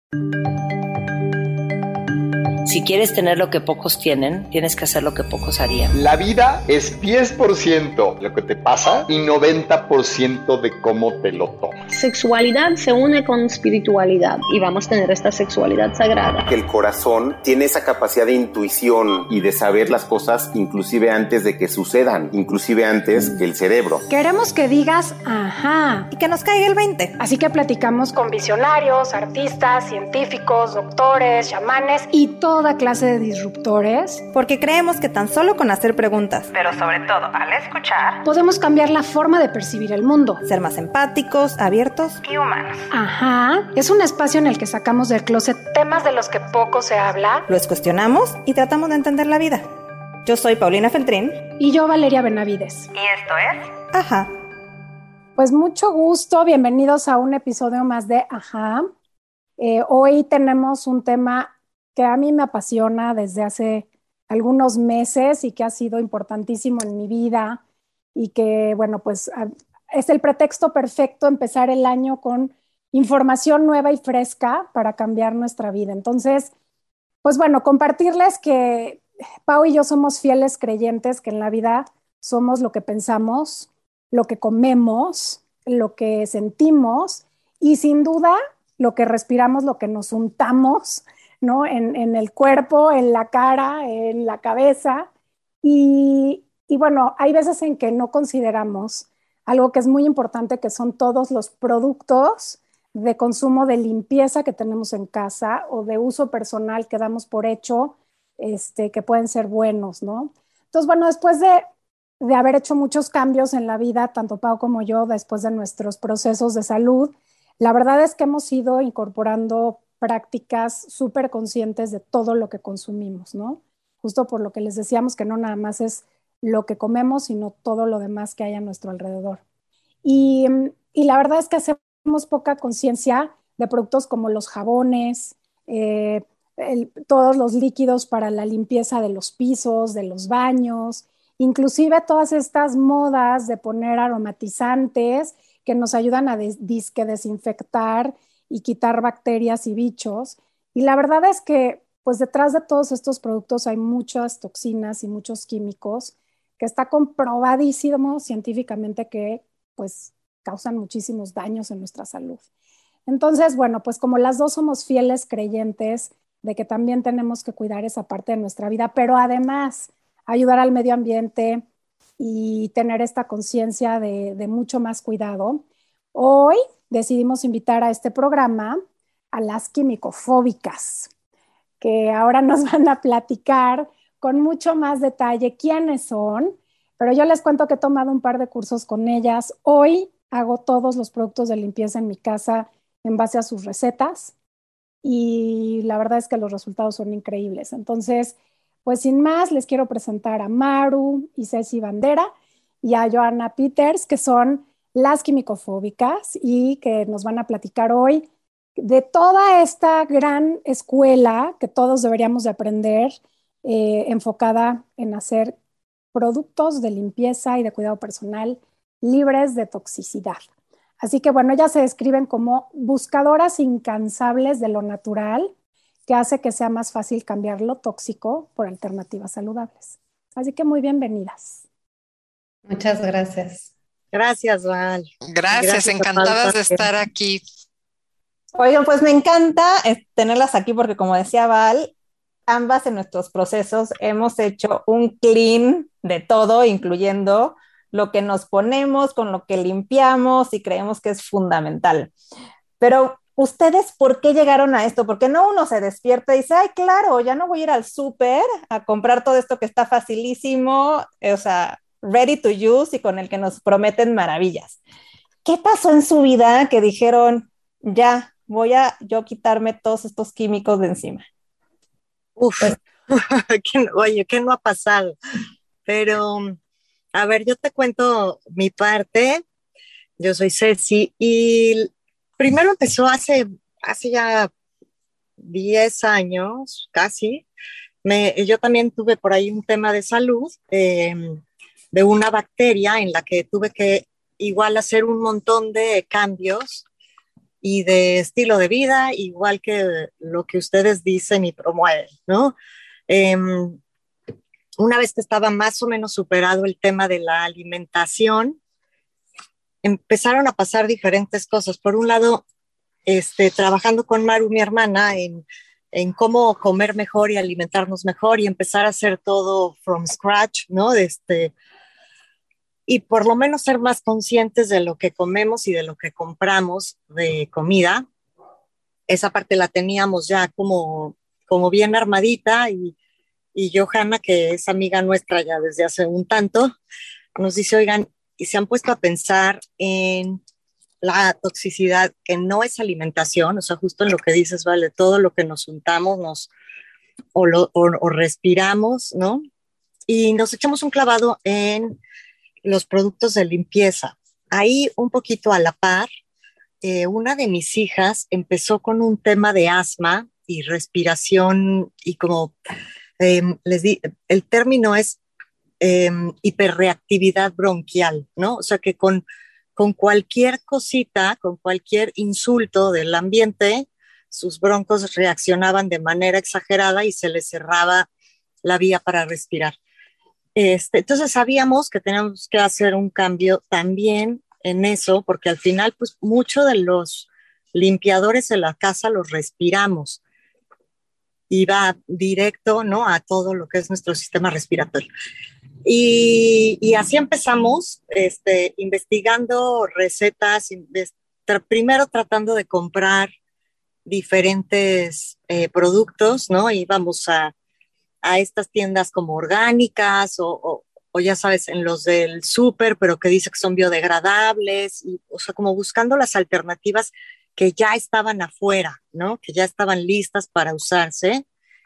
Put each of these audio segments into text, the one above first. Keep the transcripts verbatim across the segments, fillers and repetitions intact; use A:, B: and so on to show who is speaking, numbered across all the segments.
A: Si quieres tener lo que pocos tienen, tienes que hacer lo que pocos harían.
B: La vida es diez por ciento lo que te pasa y noventa por ciento de cómo te lo tomas.
C: Sexualidad se une con espiritualidad y vamos a tener esta sexualidad sagrada.
D: Que el corazón tiene esa capacidad de intuición y de saber las cosas inclusive antes de que sucedan, inclusive antes que el cerebro.
E: Queremos que digas ajá
F: y que nos caiga el veinte.
E: Así que platicamos con visionarios, artistas, científicos, doctores, chamanes y todo toda clase de disruptores,
F: porque creemos que tan solo con hacer preguntas,
G: pero sobre todo al escuchar,
E: podemos cambiar la forma de percibir el mundo,
F: ser más empáticos, abiertos
G: y humanos.
E: Ajá, es un espacio en el que sacamos del closet temas de los que poco se habla,
F: los cuestionamos y tratamos de entender la vida. Yo soy Paulina Feltrín
E: y yo Valeria Benavides.
G: Y esto es
F: Ajá.
E: Pues mucho gusto, bienvenidos a un episodio más de Ajá. Eh, hoy tenemos un tema que a mí me apasiona desde hace algunos meses y que ha sido importantísimo en mi vida y que, bueno, pues es el pretexto perfecto empezar el año con información nueva y fresca para cambiar nuestra vida. Entonces, pues bueno, compartirles que Pau y yo somos fieles creyentes que en la vida somos lo que pensamos, lo que comemos, lo que sentimos y sin duda lo que respiramos, lo que nos untamos, ¿no? En, en el cuerpo, en la cara, en la cabeza. Y, y bueno, hay veces en que no consideramos algo que es muy importante, que son todos los productos de consumo de limpieza que tenemos en casa o de uso personal que damos por hecho, este, que pueden ser buenos, ¿no? Entonces, bueno, después de, de haber hecho muchos cambios en la vida, tanto Pau como yo, después de nuestros procesos de salud, la verdad es que hemos ido incorporando prácticas súper conscientes de todo lo que consumimos, ¿no? Justo por lo que les decíamos que no nada más es lo que comemos, sino todo lo demás que hay a nuestro alrededor. Y, y la verdad es que hacemos poca conciencia de productos como los jabones, eh, el, todos los líquidos para la limpieza de los pisos, de los baños, inclusive todas estas modas de poner aromatizantes que nos ayudan a des, disque desinfectar y quitar bacterias y bichos. Y la verdad es que pues detrás de todos estos productos hay muchas toxinas y muchos químicos que está comprobadísimo científicamente que pues causan muchísimos daños en nuestra salud. Entonces, bueno, pues como las dos somos fieles creyentes de que también tenemos que cuidar esa parte de nuestra vida, pero además ayudar al medio ambiente y tener esta conciencia de, de mucho más cuidado, hoy decidimos invitar a este programa a las quimicofóbicas, que ahora nos van a platicar con mucho más detalle quiénes son, pero yo les cuento que he tomado un par de cursos con ellas. Hoy hago todos los productos de limpieza en mi casa en base a sus recetas y la verdad es que los resultados son increíbles. Entonces, pues sin más, les quiero presentar a Maru y Ceci Bandera y a Johanna Peters, que son las quimicofóbicas y que nos van a platicar hoy de toda esta gran escuela que todos deberíamos de aprender, eh, enfocada en hacer productos de limpieza y de cuidado personal libres de toxicidad. Así que bueno, ellas se describen como buscadoras incansables de lo natural, que hace que sea más fácil cambiar lo tóxico por alternativas saludables. Así que muy bienvenidas.
H: Muchas gracias.
I: Gracias, Val.
J: Gracias, Gracias encantadas de estar aquí.
F: Oigan, pues me encanta tenerlas aquí porque, como decía Val, ambas en nuestros procesos hemos hecho un clean de todo, incluyendo lo que nos ponemos, con lo que limpiamos y creemos que es fundamental. Pero, ¿ustedes por qué llegaron a esto? Porque no uno se despierta y dice, ay, claro, ya no voy a ir al súper a comprar todo esto que está facilísimo, o sea, ready to use y con el que nos prometen maravillas. ¿Qué pasó en su vida que dijeron, ya, voy a yo quitarme todos estos químicos de encima?
I: Uf, pues, oye, ¿qué no ha pasado? Pero, a ver, yo te cuento mi parte. Yo soy Ceci y primero empezó hace, hace ya diez años, casi. Me, yo también tuve por ahí un tema de salud, eh, de una bacteria en la que tuve que igual hacer un montón de cambios y de estilo de vida, igual que lo que ustedes dicen y promueven, ¿no? Eh, una vez que estaba más o menos superado el tema de la alimentación, empezaron a pasar diferentes cosas. Por un lado, este, trabajando con Maru, mi hermana, en, en cómo comer mejor y alimentarnos mejor y empezar a hacer todo from scratch, ¿no? Este, y por lo menos ser más conscientes de lo que comemos y de lo que compramos de comida. Esa parte la teníamos ya como, como bien armadita y, y Johanna, que es amiga nuestra ya desde hace un tanto, nos dice, oigan, y se han puesto a pensar en la toxicidad que no es alimentación, o sea, justo en lo que dices, vale, todo lo que nos untamos nos, o, lo, o, o respiramos, ¿no? Y nos echamos un clavado en los productos de limpieza. Ahí un poquito a la par, eh, una de mis hijas empezó con un tema de asma y respiración y como eh, les di, el término es eh, hiperreactividad bronquial, ¿no? O sea que con, con cualquier cosita, con cualquier insulto del ambiente, sus broncos reaccionaban de manera exagerada y se les cerraba la vía para respirar. Este, entonces sabíamos que teníamos que hacer un cambio también en eso, porque al final, pues, mucho de los limpiadores en la casa los respiramos y va directo, ¿no?, a todo lo que es nuestro sistema respiratorio. Y, y así empezamos, este, investigando recetas, invest- tra- primero tratando de comprar diferentes eh, productos, ¿no? Íbamos a a estas tiendas como orgánicas o, o, o ya sabes, en los del súper, pero que dice que son biodegradables, y, o sea, como buscando las alternativas que ya estaban afuera, ¿no? Que ya estaban listas para usarse.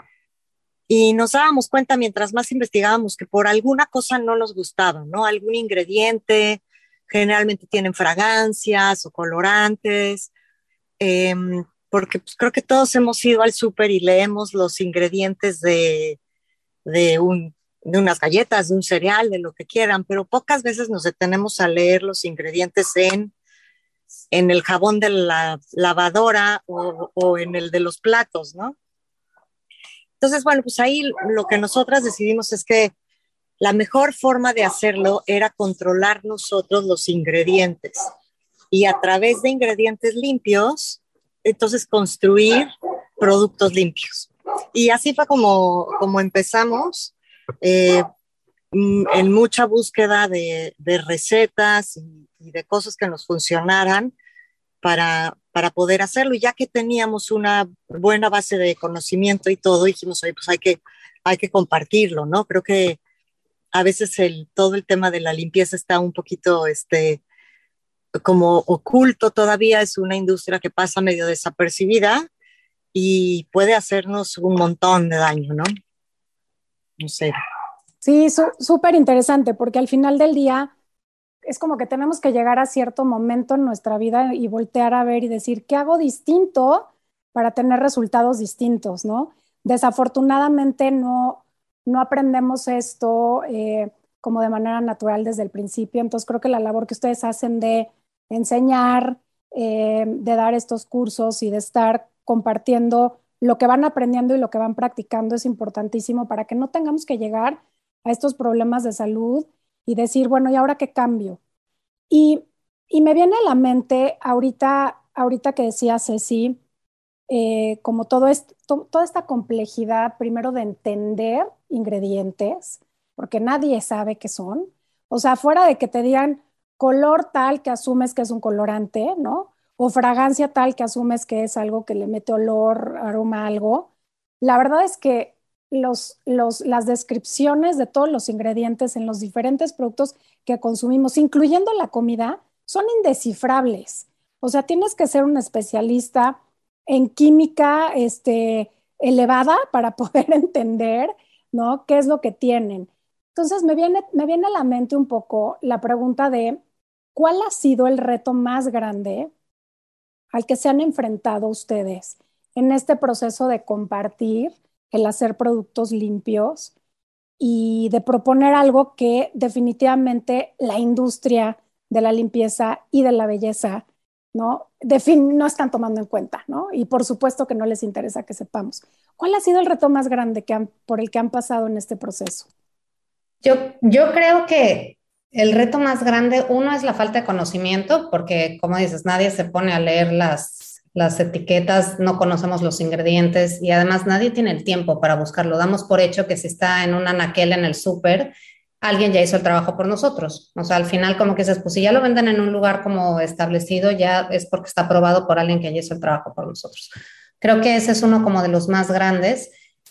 I: Y nos dábamos cuenta mientras más investigábamos que por alguna cosa no nos gustaba, ¿no? Algún ingrediente, generalmente tienen fragancias o colorantes, eh, porque pues, creo que todos hemos ido al súper y leemos los ingredientes de de, un, de unas galletas, de un cereal, de lo que quieran, pero pocas veces nos detenemos a leer los ingredientes en, en el jabón de la lavadora o, o en el de los platos, ¿no? Entonces, bueno, pues ahí lo que nosotras decidimos es que la mejor forma de hacerlo era controlar nosotros los ingredientes y a través de ingredientes limpios, entonces construir productos limpios. Y así fue como, como empezamos, eh, en mucha búsqueda de, de recetas y, y de cosas que nos funcionaran para, para poder hacerlo. Y ya que teníamos una buena base de conocimiento y todo, dijimos, oye, pues hay que, hay que compartirlo, ¿no? Creo que a veces el, todo el tema de la limpieza está un poquito este, como oculto todavía, es una industria que pasa medio desapercibida y puede hacernos un montón de daño, ¿no? No sé.
E: Sí, súper interesante, porque al final del día es como que tenemos que llegar a cierto momento en nuestra vida y voltear a ver y decir, ¿qué hago distinto para tener resultados distintos, ¿no? Desafortunadamente no, no aprendemos esto eh, como de manera natural desde el principio, entonces creo que la labor que ustedes hacen de enseñar, eh, de dar estos cursos y de estar compartiendo lo que van aprendiendo y lo que van practicando es importantísimo para que no tengamos que llegar a estos problemas de salud y decir, bueno, ¿y ahora qué cambio? Y, y me viene a la mente ahorita, ahorita que decía Ceci, eh, como todo esto, to, toda esta complejidad, primero de entender ingredientes, porque nadie sabe qué son. O sea, fuera de que te digan color tal que asumes que es un colorante, ¿no? O fragancia tal que asumes que es algo que le mete olor, aroma a algo. La verdad es que los, los, las descripciones de todos los ingredientes en los diferentes productos que consumimos, incluyendo la comida, son indescifrables. O sea, tienes que ser un especialista en química este, elevada para poder entender, ¿no?, qué es lo que tienen. Entonces, me viene, me viene a la mente un poco la pregunta de ¿cuál ha sido el reto más grande al que se han enfrentado ustedes en este proceso de compartir, el hacer productos limpios y de proponer algo que definitivamente la industria de la limpieza y de la belleza ¿no? De fin, no están tomando en cuenta, ¿no? Y por supuesto que no les interesa que sepamos. ¿Cuál ha sido el reto más grande que han, por el que han pasado en este proceso?
H: Yo, yo creo que el reto más grande, uno es la falta de conocimiento, porque como dices, nadie se pone a leer las, las etiquetas, no conocemos los ingredientes y además nadie tiene el tiempo para buscarlo. Damos por hecho que si está en un anaquel en el súper, alguien ya hizo el trabajo por nosotros. O sea, al final como que dices, pues si ya lo venden en un lugar como establecido, ya es porque está aprobado por alguien que ya hizo el trabajo por nosotros. Creo que ese es uno como de los más grandes.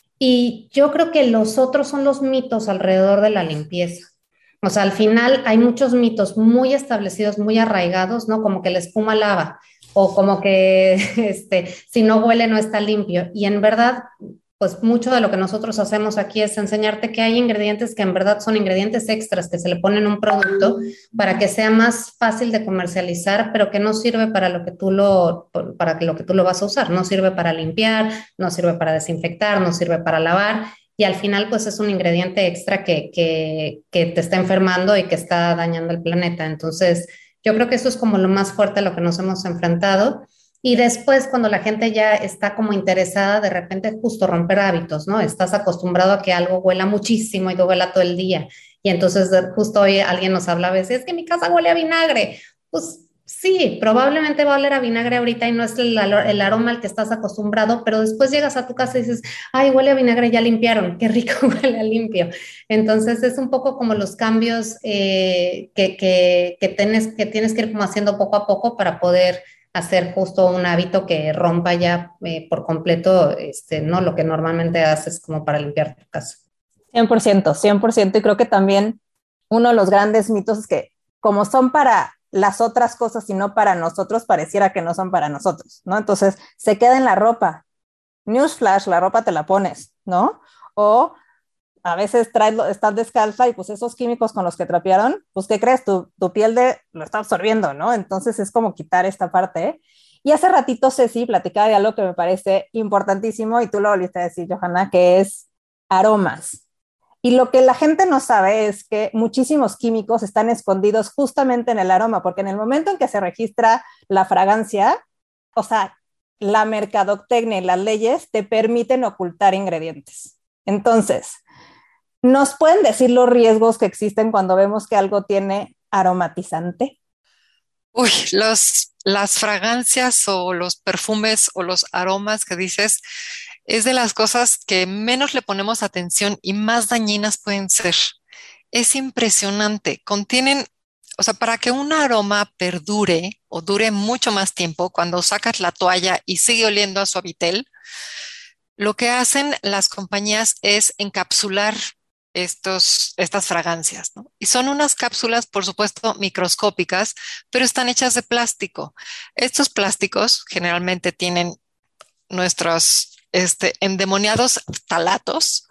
H: Y yo creo que los otros son los mitos alrededor de la limpieza. O sea, al final hay muchos mitos muy establecidos, muy arraigados, ¿no? Como que la espuma lava o como que este, si no huele no está limpio. Y en verdad, pues mucho de lo que nosotros hacemos aquí es enseñarte que hay ingredientes que en verdad son ingredientes extras que se le ponen a un producto para que sea más fácil de comercializar, pero que no sirve para lo que tú lo, para lo que tú lo vas a usar. No sirve para limpiar, no sirve para desinfectar, no sirve para lavar. Y al final, pues es un ingrediente extra que, que, que te está enfermando y que está dañando el planeta. Entonces, yo creo que eso es como lo más fuerte a lo que nos hemos enfrentado. Y después, cuando la gente ya está como interesada, de repente justo romper hábitos, ¿no? Estás acostumbrado a que algo huela muchísimo y que huela todo el día. Y entonces justo hoy alguien nos hablaba y decía, es que mi casa huele a vinagre. Pues sí, probablemente va a oler a vinagre ahorita y no es el, el aroma al que estás acostumbrado, pero después llegas a tu casa y dices, ay, huele a vinagre, ya limpiaron, qué rico huele a limpio. Entonces es un poco como los cambios eh, que, que, que, tienes, que tienes que ir como haciendo poco a poco para poder hacer justo un hábito que rompa ya eh, por completo, este, ¿no? Lo que normalmente haces como para limpiar tu casa.
F: cien por ciento, cien por ciento. Y creo que también uno de los grandes mitos es que como son para las otras cosas y no para nosotros, pareciera que no son para nosotros, ¿no? Entonces se queda en la ropa. Newsflash, la ropa te la pones, ¿no? O a veces traes, estás descalza y pues esos químicos con los que trapearon, pues ¿qué crees? Tu, tu piel de, lo está absorbiendo, ¿no? Entonces es como quitar esta parte, ¿eh? Y hace ratito Ceci platicaba de algo que me parece importantísimo y tú lo volviste a decir, Johanna, que es aromas. Y lo que la gente no sabe es que muchísimos químicos están escondidos justamente en el aroma, porque en el momento en que se registra la fragancia, o sea, la mercadotecnia y las leyes te permiten ocultar ingredientes. Entonces, ¿nos pueden decir los riesgos que existen cuando vemos que algo tiene aromatizante?
J: Uy, los, las fragancias o los perfumes o los aromas que dices es de las cosas que menos le ponemos atención y más dañinas pueden ser. Es impresionante. Contienen, o sea, para que un aroma perdure o dure mucho más tiempo, cuando sacas la toalla y sigue oliendo a Suavitel, lo que hacen las compañías es encapsular estos, estas fragancias, ¿no? Y son unas cápsulas, por supuesto, microscópicas, pero están hechas de plástico. Estos plásticos generalmente tienen nuestros este, endemoniados talatos.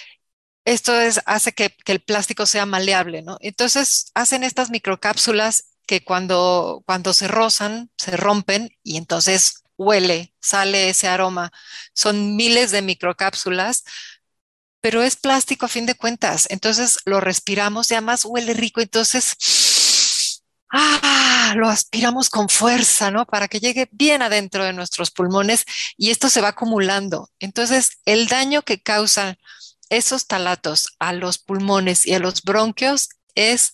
J: Esto es, hace que, que el plástico sea maleable, ¿no? Entonces hacen estas microcápsulas que cuando, cuando se rozan, se rompen y entonces huele, sale ese aroma. Son miles de microcápsulas, pero es plástico a fin de cuentas. Entonces lo respiramos y además huele rico. Entonces, ah, lo aspiramos con fuerza, ¿no? Para que llegue bien adentro de nuestros pulmones y esto se va acumulando. Entonces, el daño que causan esos talatos a los pulmones y a los bronquios es,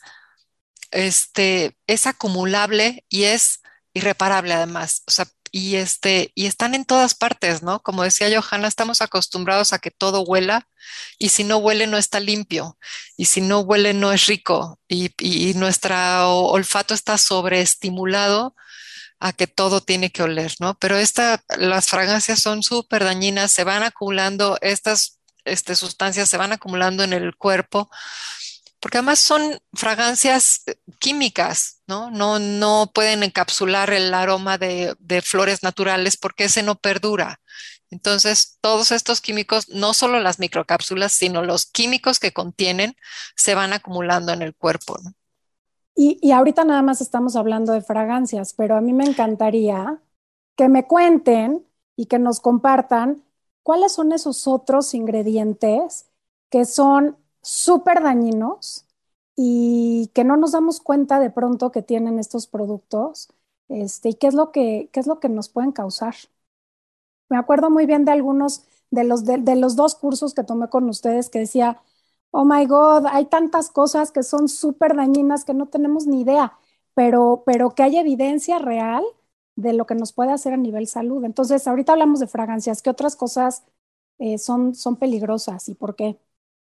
J: este, es acumulable y es irreparable además. O sea, y, este, y están en todas partes, ¿no? Como decía Johanna, estamos acostumbrados a que todo huela y si no huele no está limpio y si no huele no es rico y, y, y nuestro olfato está sobreestimulado a que todo tiene que oler, ¿no? Pero esta, las fragancias son súper dañinas, se van acumulando, estas este, sustancias se van acumulando en el cuerpo, porque además son fragancias químicas, ¿no? No, no pueden encapsular el aroma de, de flores naturales porque ese no perdura. Entonces, todos estos químicos, no solo las microcápsulas, sino los químicos que contienen, se van acumulando en el cuerpo, ¿no?
E: Y, y ahorita nada más estamos hablando de fragancias, pero a mí me encantaría que me cuenten y que nos compartan cuáles son esos otros ingredientes que son súper dañinos y que no nos damos cuenta de pronto que tienen estos productos este, y qué es lo que, qué es lo que nos pueden causar. Me acuerdo muy bien de algunos de los, de, de los dos cursos que tomé con ustedes que decía, oh my God, hay tantas cosas que son súper dañinas que no tenemos ni idea, pero, pero que hay evidencia real de lo que nos puede hacer a nivel salud. Entonces, ahorita hablamos de fragancias. ¿Qué otras cosas eh, son, son peligrosas y por qué?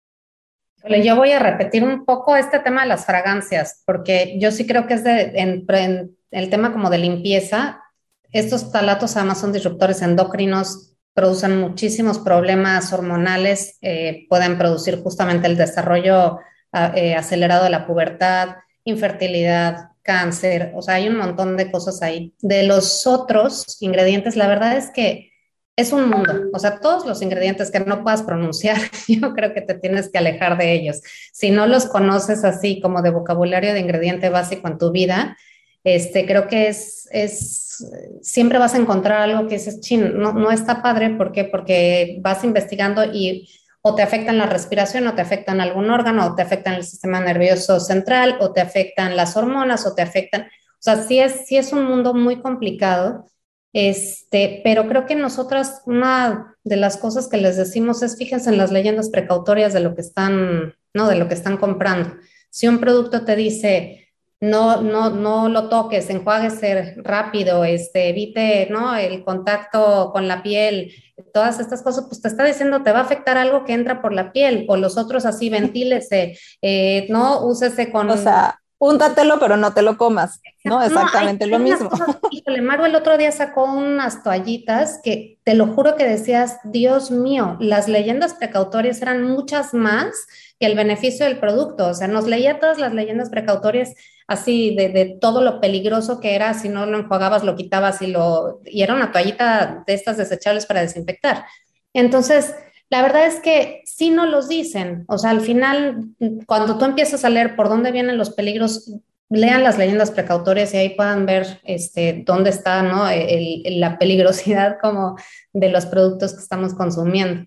H: Yo voy a repetir un poco este tema de las fragancias, porque yo sí creo que es de, en, en el tema como de limpieza. Estos ftalatos además son disruptores endocrinos, producen muchísimos problemas hormonales, eh, pueden producir justamente el desarrollo eh, acelerado de la pubertad, infertilidad, cáncer, o sea, hay un montón de cosas ahí. De los otros ingredientes, la verdad es que es un mundo, o sea, todos los ingredientes que no puedas pronunciar, yo creo que te tienes que alejar de ellos. Si no los conoces así como de vocabulario de ingrediente básico en tu vida, este, creo que es, es, siempre vas a encontrar algo que dices, chin, no, no está padre, ¿por qué? Porque vas investigando y o te afectan la respiración, o te afectan algún órgano, o te afectan el sistema nervioso central, o te afectan las hormonas, o te afectan, o sea, sí es, sí es un mundo muy complicado, este, pero creo que nosotras, una de las cosas que les decimos es, fíjense en las leyendas precautorias de lo que están, ¿no? De lo que están comprando. Si un producto te dice, no, no, no lo toques, enjuáguese rápido, este, evite, ¿no? El contacto con la piel, todas estas cosas, pues te está diciendo, te va a afectar algo que entra por la piel, o los otros así, ventílese, eh, no, úsese con...
F: O sea, úntatelo, pero no te lo comas, ¿no? Exactamente
H: no, hay,
F: lo
H: hay
F: mismo.
H: Cosas, híjole, Maru el otro día sacó unas toallitas que te lo juro que decías, Dios mío, las leyendas precautorias eran muchas más que el beneficio del producto. O sea, nos leía todas las leyendas precautorias así de, de todo lo peligroso que era, si no lo enjuagabas, lo quitabas y lo... Y era una toallita de estas desechables para desinfectar. Entonces... La verdad es que sí no los dicen, o sea, al final, cuando tú empiezas a leer por dónde vienen los peligros, lean las leyendas precautorias y ahí puedan ver este, dónde está, ¿no? el, el, la peligrosidad como de los productos que estamos consumiendo.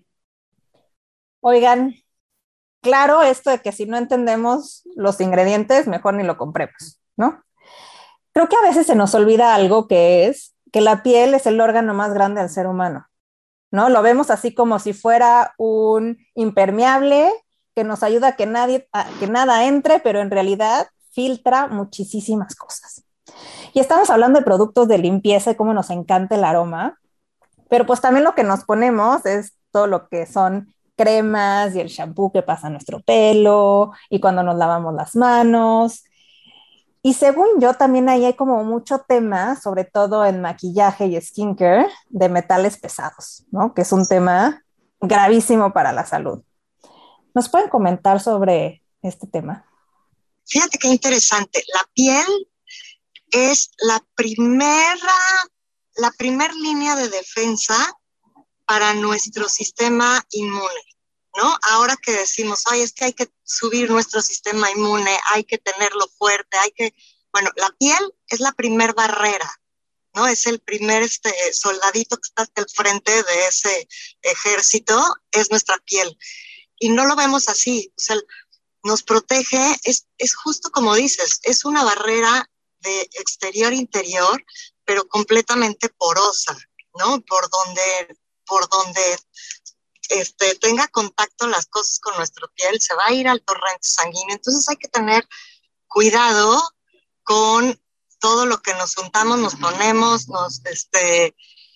F: Oigan, claro esto de que si no entendemos los ingredientes, mejor ni lo compremos, ¿no? Creo que a veces se nos olvida algo que es que la piel es el órgano más grande del ser humano, ¿no? Lo vemos así como si fuera un impermeable que nos ayuda a que, nadie, a que nada entre, pero en realidad filtra muchísimas cosas. Y estamos hablando de productos de limpieza y cómo nos encanta el aroma, pero pues también lo que nos ponemos es todo lo que son cremas y el shampoo que pasa a nuestro pelo y cuando nos lavamos las manos. Y según yo, también ahí hay como mucho tema, sobre todo en maquillaje y skincare, de metales pesados, ¿no? Que es un tema gravísimo para la salud. ¿Nos pueden comentar sobre este tema?
I: Fíjate qué interesante. La piel es la primera, la primer línea de defensa para nuestro sistema inmune, ¿no? Ahora que decimos, ay, es que hay que subir nuestro sistema inmune, hay que tenerlo fuerte, hay que... Bueno, la piel es la primer barrera, ¿no? Es el primer este, soldadito que está hasta el frente de ese ejército, es nuestra piel. Y no lo vemos así, o sea, nos protege, es, es justo como dices, es una barrera de exterior-interior, pero completamente porosa, ¿no? Por donde, por donde este, tenga contacto las cosas con nuestra piel, se va a ir al torrente sanguíneo. Entonces hay que tener cuidado con todo lo que nos untamos, nos ponemos, nos, este,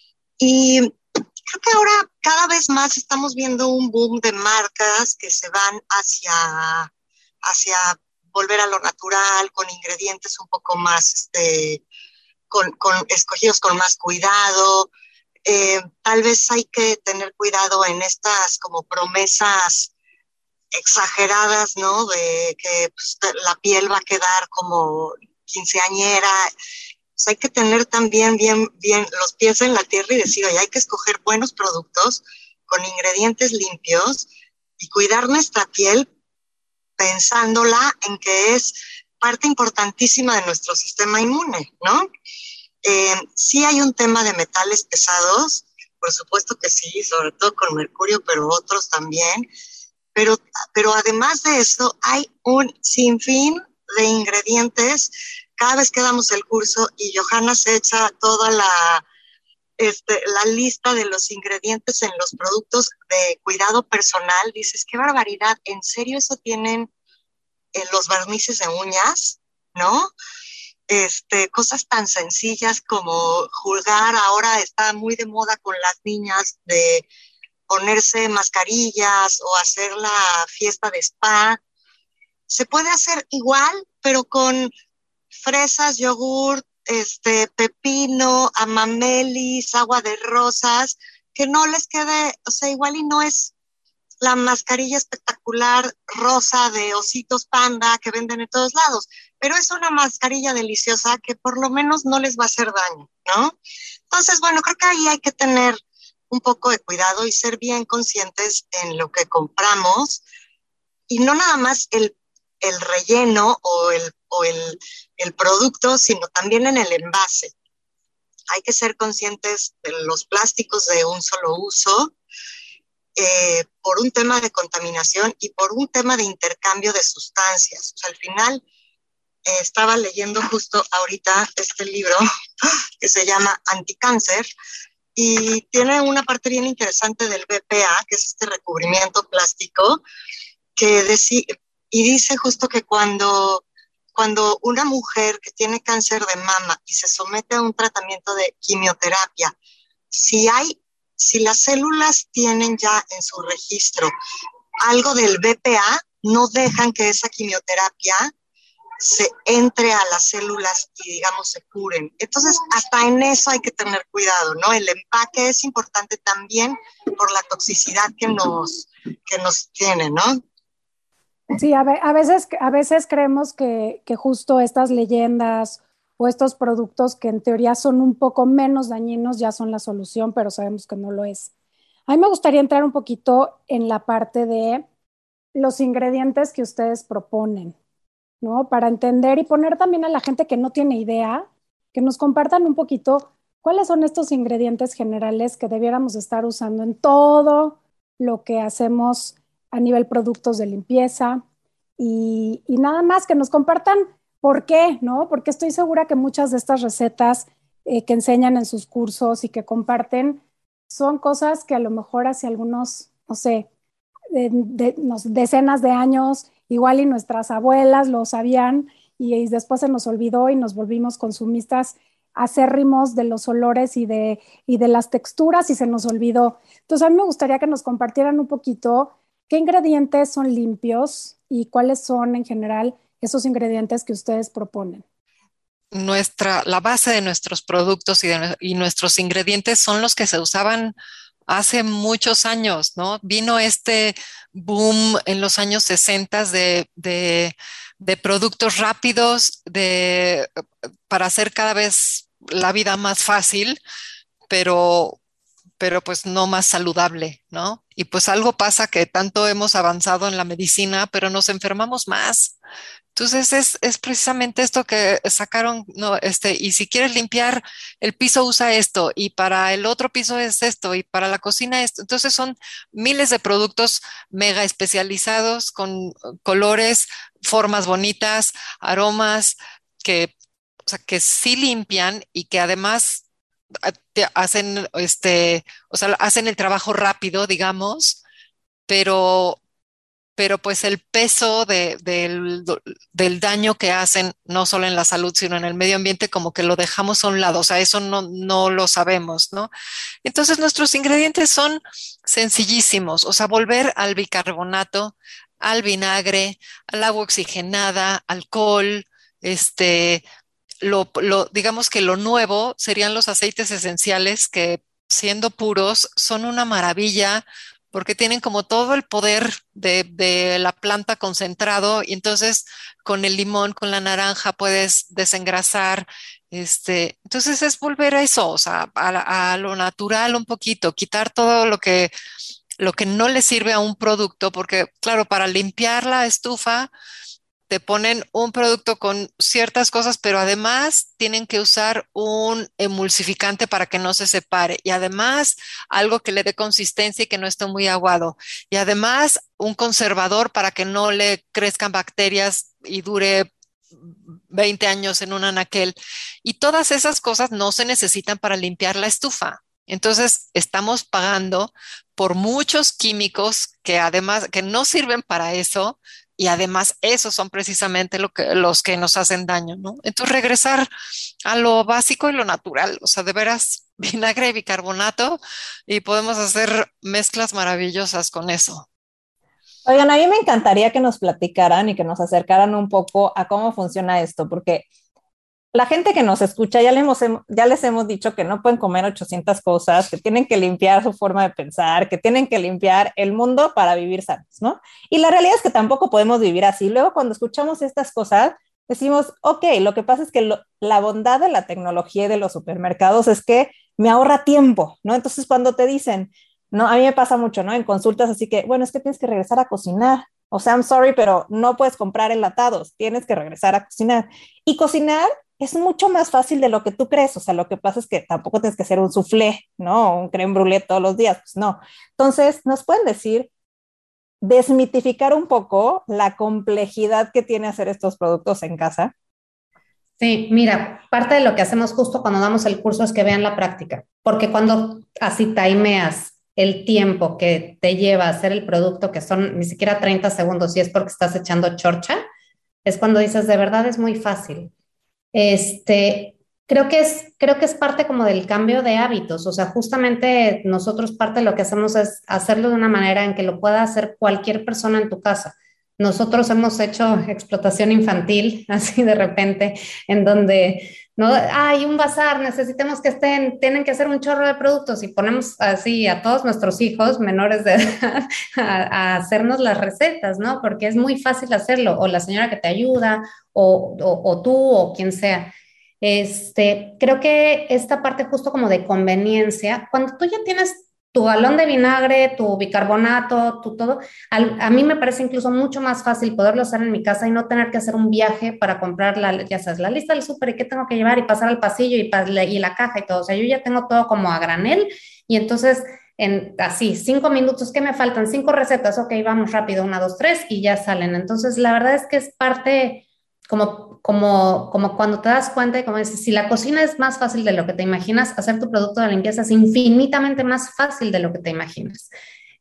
I: y creo que ahora cada vez más estamos viendo un boom de marcas que se van hacia, hacia volver a lo natural, con ingredientes un poco más, este, con, con, escogidos con más cuidado. Eh, tal vez hay que tener cuidado en estas como promesas exageradas, ¿no? De que pues, la piel va a quedar como quinceañera. Pues hay que tener también bien, bien los pies en la tierra y decir, oye, hay que escoger buenos productos con ingredientes limpios y cuidar nuestra piel pensándola en que es parte importantísima de nuestro sistema inmune, ¿no? Eh, sí hay un tema de metales pesados, por supuesto que sí, sobre todo con mercurio, pero otros también. Pero, pero además de eso, hay un sinfín de ingredientes cada vez que damos el curso y Johanna se echa toda la, este, la lista de los ingredientes en los productos de cuidado personal, dices, qué barbaridad, ¿en serio eso tienen en los barnices de uñas? ¿No? Este, cosas tan sencillas como juzgar, ahora está muy de moda con las niñas de ponerse mascarillas o hacer la fiesta de spa. Se puede hacer igual, pero con fresas, yogur, este, pepino, amamelis, agua de rosas, que no les quede, o sea, igual y no es la mascarilla espectacular rosa de ositos panda que venden en todos lados, pero es una mascarilla deliciosa que por lo menos no les va a hacer daño, ¿no? Entonces, bueno, creo que ahí hay que tener un poco de cuidado y ser bien conscientes en lo que compramos y no nada más el, el relleno o, el, o el, el producto, sino también en el envase. Hay que ser conscientes de los plásticos de un solo uso, eh, por un tema de contaminación y por un tema de intercambio de sustancias. O sea, al final eh, estaba leyendo justo ahorita este libro que se llama Anticáncer, y tiene una parte bien interesante del B P A, que es este recubrimiento plástico, que deci- y dice justo que cuando, cuando una mujer que tiene cáncer de mama y se somete a un tratamiento de quimioterapia, si hay, si las células tienen ya en su registro algo del B P A, no dejan que esa quimioterapia se entre a las células y, digamos, se curen. Entonces, hasta en eso hay que tener cuidado, ¿no? El empaque es importante también por la toxicidad que nos, que nos tiene, ¿no?
E: Sí, a, ve- a veces, a veces creemos que, que justo estas leyendas o estos productos que en teoría son un poco menos dañinos ya son la solución, pero sabemos que no lo es. A mí me gustaría entrar un poquito en la parte de los ingredientes que ustedes proponen, ¿no? Para entender y poner también a la gente que no tiene idea, que nos compartan un poquito cuáles son estos ingredientes generales que debiéramos estar usando en todo lo que hacemos a nivel productos de limpieza y, y nada más que nos compartan por qué, ¿no? Porque estoy segura que muchas de estas recetas eh, que enseñan en sus cursos y que comparten son cosas que a lo mejor hace algunos, no sé, de, de, no, decenas de años, igual y nuestras abuelas lo sabían y, y después se nos olvidó y nos volvimos consumistas acérrimos de los olores y de, y de las texturas y se nos olvidó. Entonces a mí me gustaría que nos compartieran un poquito qué ingredientes son limpios y cuáles son en general esos ingredientes que ustedes proponen.
J: Nuestra, la base de nuestros productos y, de, y nuestros ingredientes son los que se usaban hace muchos años, ¿no? Vino este boom en los años sesenta de, de, de productos rápidos de, para hacer cada vez la vida más fácil, pero, pero pues no más saludable, ¿no? Y pues algo pasa que tanto hemos avanzado en la medicina, pero nos enfermamos más. Entonces es, es precisamente esto que sacaron, no, este, y si quieres limpiar el piso usa esto, y para el otro piso es esto, y para la cocina esto. Entonces son miles de productos mega especializados con colores, formas bonitas, aromas que, o sea, que sí limpian y que además te hacen, este, o sea, hacen el trabajo rápido, digamos, pero pero pues el peso de, del, del daño que hacen, no solo en la salud, sino en el medio ambiente, como que lo dejamos a un lado, o sea, eso no, no lo sabemos, ¿no? Entonces nuestros ingredientes son sencillísimos, o sea, volver al bicarbonato, al vinagre, al agua oxigenada, alcohol, este, lo, lo, digamos que lo nuevo serían los aceites esenciales que siendo puros son una maravilla porque tienen como todo el poder de, de la planta concentrado y entonces con el limón, con la naranja puedes desengrasar. Este, entonces es volver a eso, o sea, a, a lo natural un poquito, quitar todo lo que, lo que no le sirve a un producto, porque claro, para limpiar la estufa te ponen un producto con ciertas cosas, pero además tienen que usar un emulsificante para que no se separe y además algo que le dé consistencia y que no esté muy aguado y además un conservador para que no le crezcan bacterias y dure veinte años en un anaquel y todas esas cosas no se necesitan para limpiar la estufa. Entonces estamos pagando por muchos químicos que además que no sirven para eso y además esos son precisamente lo que, los que nos hacen daño, ¿no? Entonces regresar a lo básico y lo natural, o sea, de veras vinagre y bicarbonato y podemos hacer mezclas maravillosas con eso.
F: Oigan, a mí me encantaría que nos platicaran y que nos acercaran un poco a cómo funciona esto, porque la gente que nos escucha, ya, le hemos, ya les hemos dicho que no pueden comer ochocientas cosas, que tienen que limpiar su forma de pensar, que tienen que limpiar el mundo para vivir sanos, ¿no? Y la realidad es que tampoco podemos vivir así. Luego, cuando escuchamos estas cosas, decimos, ok, lo que pasa es que lo, la bondad de la tecnología y de los supermercados es que me ahorra tiempo, ¿no? Entonces, cuando te dicen, no, a mí me pasa mucho, ¿no? En consultas, así que, bueno, es que tienes que regresar a cocinar. O sea, I'm sorry, pero no puedes comprar enlatados, tienes que regresar a cocinar. Y cocinar es mucho más fácil de lo que tú crees. O sea, lo que pasa es que tampoco tienes que hacer un soufflé, ¿no? Un crème brûlée todos los días, pues no. Entonces, ¿nos pueden decir, desmitificar un poco la complejidad que tiene hacer estos productos en casa?
H: Sí, mira, parte de lo que hacemos justo cuando damos el curso es que vean la práctica, porque cuando así timeas el tiempo que te lleva a hacer el producto, que son ni siquiera treinta segundos, y es porque estás echando chorcha, es cuando dices, de verdad es muy fácil. Este, creo que es, creo que es parte como del cambio de hábitos, o sea, justamente nosotros parte de lo que hacemos es hacerlo de una manera en que lo pueda hacer cualquier persona en tu casa. Nosotros hemos hecho explotación infantil, así de repente, en donde, no, hay un bazar, necesitamos que estén, tienen que hacer un chorro de productos y ponemos así a todos nuestros hijos menores de edad a, a hacernos las recetas, ¿no? Porque es muy fácil hacerlo, o la señora que te ayuda, o, o, o tú, o quien sea. Este, creo que esta parte justo como de conveniencia, cuando tú ya tienes tu galón de vinagre, tu bicarbonato, tu todo, al, a mí me parece incluso mucho más fácil poderlo hacer en mi casa y no tener que hacer un viaje para comprar la, ya sabes, la lista del súper y qué tengo que llevar y pasar al pasillo y, pa, y la caja y todo. O sea, yo ya tengo todo como a granel y entonces en así, cinco minutos, ¿qué me faltan? Cinco recetas, ok, vamos rápido, una, dos, tres y ya salen. Entonces, la verdad es que es parte como, como, como cuando te das cuenta y como dices, si la cocina es más fácil de lo que te imaginas, hacer tu producto de limpieza es infinitamente más fácil de lo que te imaginas.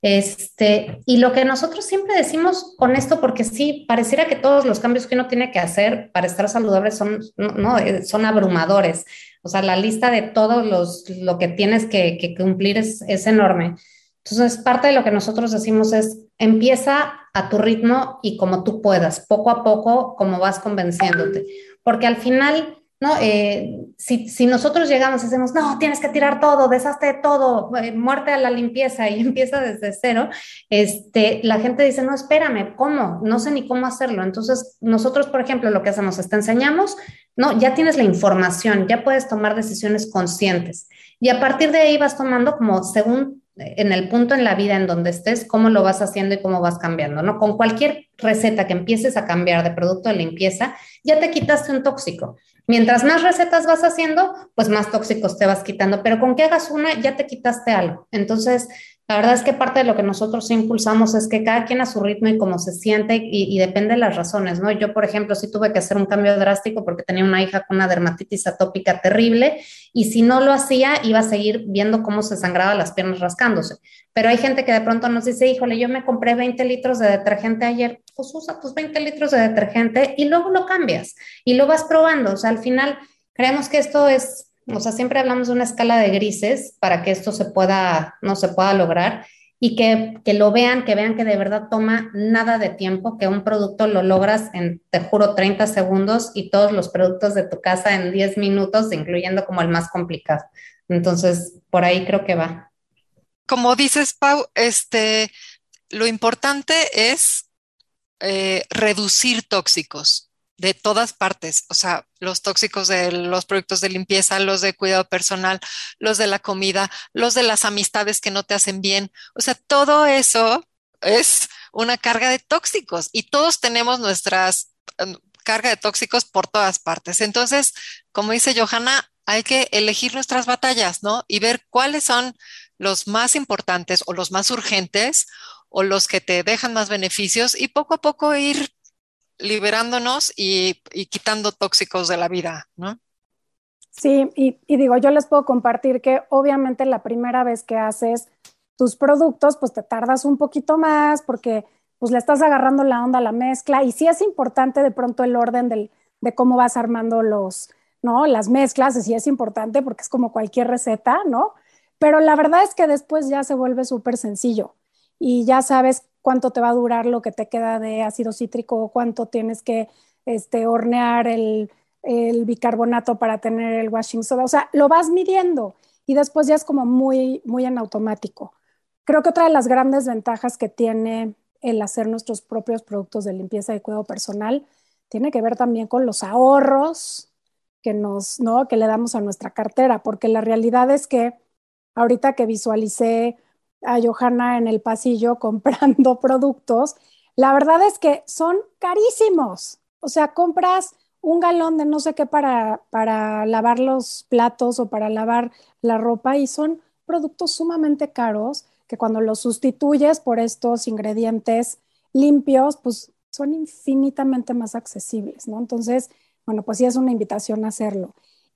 H: Este, y lo que nosotros siempre decimos con esto, porque sí, pareciera que todos los cambios que uno tiene que hacer para estar saludable son, no, no, son abrumadores. O sea, la lista de todos los, lo que tienes que, que cumplir es, es enorme. Entonces, parte de lo que nosotros decimos es, empieza a tu ritmo y como tú puedas, poco a poco, como vas convenciéndote. Porque al final, ¿no? Eh, si, si nosotros llegamos y decimos, no, tienes que tirar todo, deshazte todo, eh, muerte a la limpieza y empieza desde cero, este, la gente dice, no, espérame, ¿cómo? No sé ni cómo hacerlo. Entonces, nosotros, por ejemplo, lo que hacemos es te enseñamos, no, ya tienes la información, ya puedes tomar decisiones conscientes. Y a partir de ahí vas tomando como según en el punto en la vida en donde estés, cómo lo vas haciendo y cómo vas cambiando, ¿no? Con cualquier receta que empieces a cambiar de producto de limpieza, ya te quitaste un tóxico. Mientras más recetas vas haciendo, pues más tóxicos te vas quitando, pero con que hagas una, ya te quitaste algo. Entonces, la verdad es que parte de lo que nosotros impulsamos es que cada quien a su ritmo y cómo se siente y, y depende de las razones, ¿no? Yo, por ejemplo, sí tuve que hacer un cambio drástico porque tenía una hija con una dermatitis atópica terrible y si no lo hacía, iba a seguir viendo cómo se sangraba las piernas rascándose. Pero hay gente que de pronto nos dice, híjole, yo me compré veinte litros de detergente ayer, pues usa tus veinte litros de detergente y luego lo cambias y lo vas probando. O sea, al final creemos que esto es... O sea, siempre hablamos de una escala de grises para que esto se pueda, no se pueda lograr y que, que lo vean, que vean que de verdad toma nada de tiempo, que un producto lo logras en, te juro, treinta segundos y todos los productos de tu casa en diez minutos, incluyendo como el más complicado. Entonces, por ahí creo que va.
J: Como dices, Pau, este, lo importante es eh, reducir tóxicos de todas partes, o sea, los tóxicos de los productos de limpieza, los de cuidado personal, los de la comida, los de las amistades que no te hacen bien, o sea, todo eso es una carga de tóxicos y todos tenemos nuestras um, carga de tóxicos por todas partes. Entonces, como dice Johanna, hay que elegir nuestras batallas, ¿no? Y ver cuáles son los más importantes o los más urgentes o los que te dejan más beneficios y poco a poco ir liberándonos y, y quitando tóxicos de la vida, ¿no?
E: Sí, y, y digo, yo les puedo compartir que obviamente la primera vez que haces tus productos, pues te tardas un poquito más porque pues le estás agarrando la onda a la mezcla y sí es importante de pronto el orden del, de cómo vas armando los, ¿no? Las mezclas, sí es importante porque es como cualquier receta, ¿no? Pero la verdad es que después ya se vuelve súper sencillo y ya sabes cuánto te va a durar lo que te queda de ácido cítrico, cuánto tienes que este, hornear el, el bicarbonato para tener el washing soda, o sea, lo vas midiendo y después ya es como muy, muy en automático. Creo que otra de las grandes ventajas que tiene el hacer nuestros propios productos de limpieza y cuidado personal tiene que ver también con los ahorros que, nos, ¿no? que le damos a nuestra cartera, porque la realidad es que ahorita que visualicé a Johanna en el pasillo comprando productos, la verdad es que son carísimos. O sea, compras un galón de no sé qué para, para lavar los platos o para lavar la ropa y son productos sumamente caros que cuando los sustituyes por estos ingredientes limpios, pues son infinitamente más accesibles, ¿no? Entonces, bueno, pues sí es una invitación a hacerlo.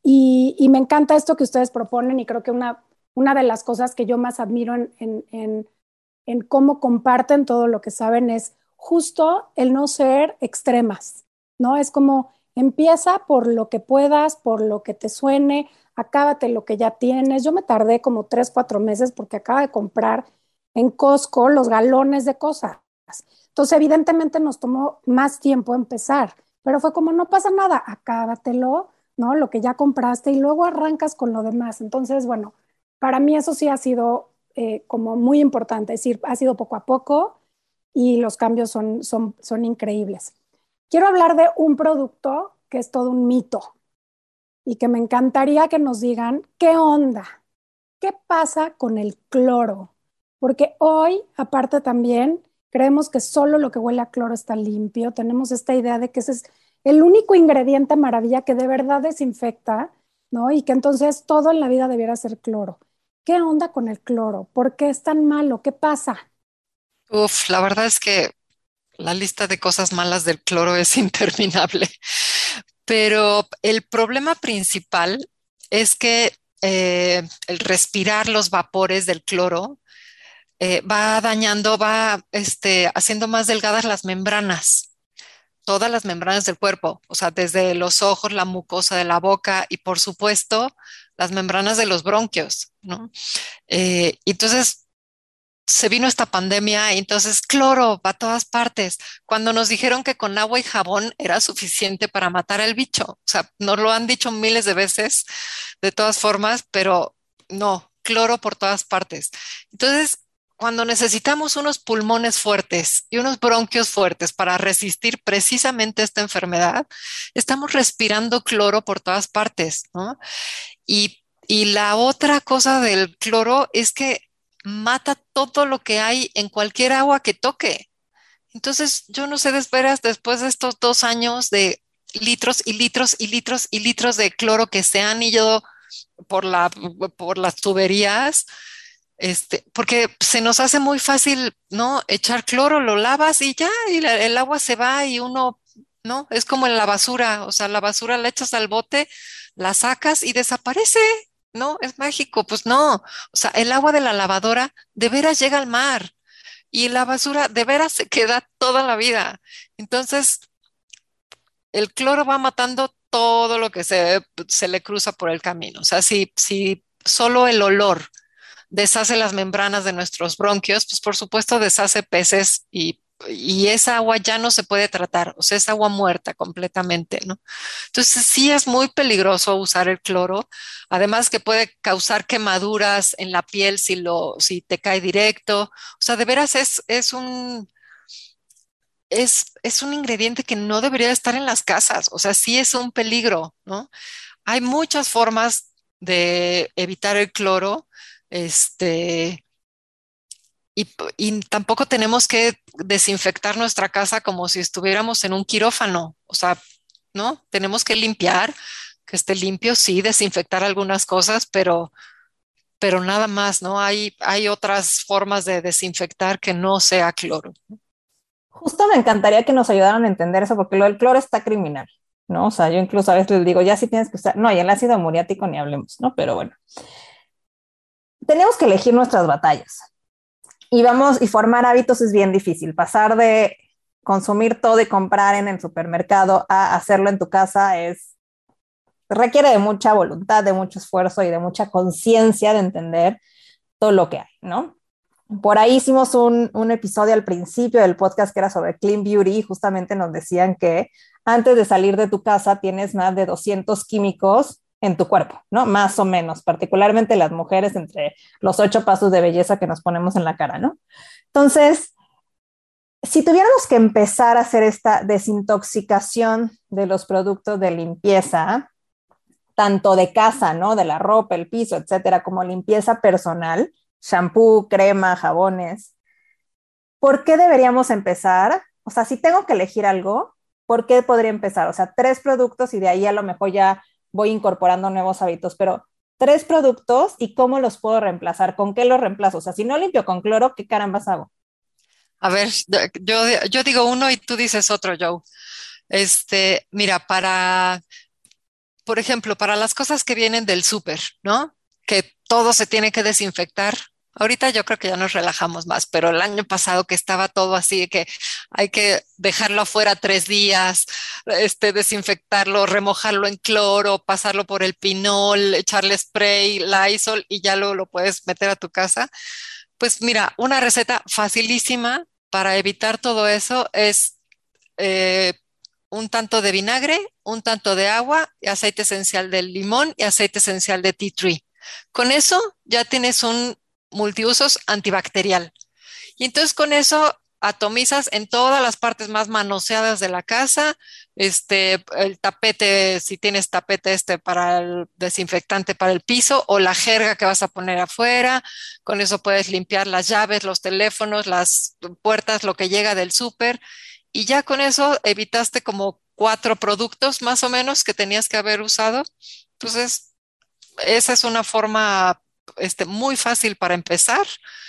E: Y, y me encanta esto que ustedes proponen y creo que una, una de las cosas que yo más admiro en, en, en, en cómo comparten todo lo que saben es justo el no ser extremas, ¿no? Es como empieza por lo que puedas, por lo que te suene, acábate lo que ya tienes. Yo me tardé como tres, cuatro meses porque acaba de comprar en Costco los galones de cosas. Entonces, evidentemente nos tomó más tiempo empezar, pero fue como no pasa nada, acábatelo, ¿no? Lo que ya compraste y luego arrancas con lo demás. Entonces, bueno, para mí eso sí ha sido eh, como muy importante, es decir, ha sido poco a poco y los cambios son, son, son increíbles. Quiero hablar de un producto que es todo un mito y que me encantaría que nos digan qué onda, qué pasa con el cloro, porque hoy, aparte también, creemos que solo lo que huele a cloro está limpio, tenemos esta idea de que ese es el único ingrediente maravilla que de verdad desinfecta, ¿no? Y que entonces todo en la vida debiera ser cloro. ¿Qué onda con el cloro? ¿Por qué es tan malo? ¿Qué pasa?
J: Uf, la verdad es que la lista de cosas malas del cloro es interminable, pero el problema principal es que eh, el respirar los vapores del cloro eh, va dañando, va este, haciendo más delgadas las membranas, todas las membranas del cuerpo, o sea, desde los ojos, la mucosa de la boca y por supuesto las membranas de los bronquios, ¿no? Eh, entonces se vino esta pandemia y entonces cloro a todas partes. Cuando nos dijeron que con agua y jabón era suficiente para matar al bicho, o sea, nos lo han dicho miles de veces de todas formas, pero no, cloro por todas partes. Entonces, cuando necesitamos unos pulmones fuertes y unos bronquios fuertes para resistir precisamente esta enfermedad, estamos respirando cloro por todas partes, ¿no? Y, y la otra cosa del cloro es que mata todo lo que hay en cualquier agua que toque. Entonces, yo no sé de veras después de estos dos años de litros y litros y litros y litros de cloro que se han ido por la, por las tuberías, este, porque se nos hace muy fácil, ¿no? Echar cloro, lo lavas y ya, y la- el agua se va y uno, ¿no? Es como en la basura, o sea, la basura la echas al bote, la sacas y desaparece, ¿no? Es mágico, pues no, o sea, el agua de la lavadora de veras llega al mar y la basura de veras se queda toda la vida. Entonces, el cloro va matando todo lo que se, se le cruza por el camino. O sea, si, si solo el olor deshace las membranas de nuestros bronquios, pues por supuesto deshace peces y, y esa agua ya no se puede tratar, o sea, es agua muerta completamente, ¿no? Entonces sí es muy peligroso usar el cloro, además que puede causar quemaduras en la piel si, lo, si te cae directo, o sea, de veras es, es un... Es, es un ingrediente que no debería estar en las casas, o sea, sí es un peligro, ¿no? Hay muchas formas de evitar el cloro, este, y, y tampoco tenemos que desinfectar nuestra casa como si estuviéramos en un quirófano, o sea, ¿no? Tenemos que limpiar, que esté limpio, sí, desinfectar algunas cosas, pero, pero nada más, ¿no? Hay, hay otras formas de desinfectar que no sea cloro.
F: Justo me encantaría que nos ayudaran a entender eso, porque lo del cloro está criminal, ¿no? O sea, yo incluso a veces les digo, ya sí tienes que usar, no, y el ácido muriático ni hablemos, ¿no? Pero bueno, tenemos que elegir nuestras batallas. Y vamos, y formar hábitos es bien difícil. Pasar de consumir todo y comprar en el supermercado a hacerlo en tu casa es, requiere de mucha voluntad, de mucho esfuerzo y de mucha conciencia de entender todo lo que hay, ¿no? Por ahí hicimos un, un episodio al principio del podcast que era sobre Clean Beauty y justamente nos decían que antes de salir de tu casa tienes más de doscientos químicos en tu cuerpo, ¿no? Más o menos, particularmente las mujeres entre los ocho pasos de belleza que nos ponemos en la cara, ¿no? Entonces, si tuviéramos que empezar a hacer esta desintoxicación de los productos de limpieza, tanto de casa, ¿no? De la ropa, el piso, etcétera, como limpieza personal, shampoo, crema, jabones, ¿por qué deberíamos empezar? O sea, si tengo que elegir algo, ¿por qué podría empezar? O sea, tres productos y de ahí a lo mejor ya voy incorporando nuevos hábitos, pero tres productos y cómo los puedo reemplazar, ¿con qué los reemplazo? O sea, si no limpio con cloro, ¿qué carambas hago?
J: A ver, yo, yo digo uno y tú dices otro, Joe. Este, mira, para, por ejemplo, para las cosas que vienen del súper, ¿no? Que todo se tiene que desinfectar. Ahorita yo creo que ya nos relajamos más, pero el año pasado que estaba todo así, que hay que dejarlo afuera tres días, este, desinfectarlo, remojarlo en cloro, pasarlo por el pinol, echarle spray, Lysol y ya luego lo puedes meter a tu casa. Pues mira, una receta facilísima para evitar todo eso es eh, un tanto de vinagre, un tanto de agua, y aceite esencial del limón y aceite esencial de tea tree. Con eso ya tienes un multiusos antibacterial. Y entonces con eso atomizas en todas las partes más manoseadas de la casa, este, el tapete, si tienes tapete este para el desinfectante para el piso o la jerga que vas a poner afuera, con eso puedes limpiar las llaves, los teléfonos, las puertas, lo que llega del súper y ya con eso evitaste como cuatro productos más o menos que tenías que haber usado. Entonces, esa es una forma este, muy fácil para empezar,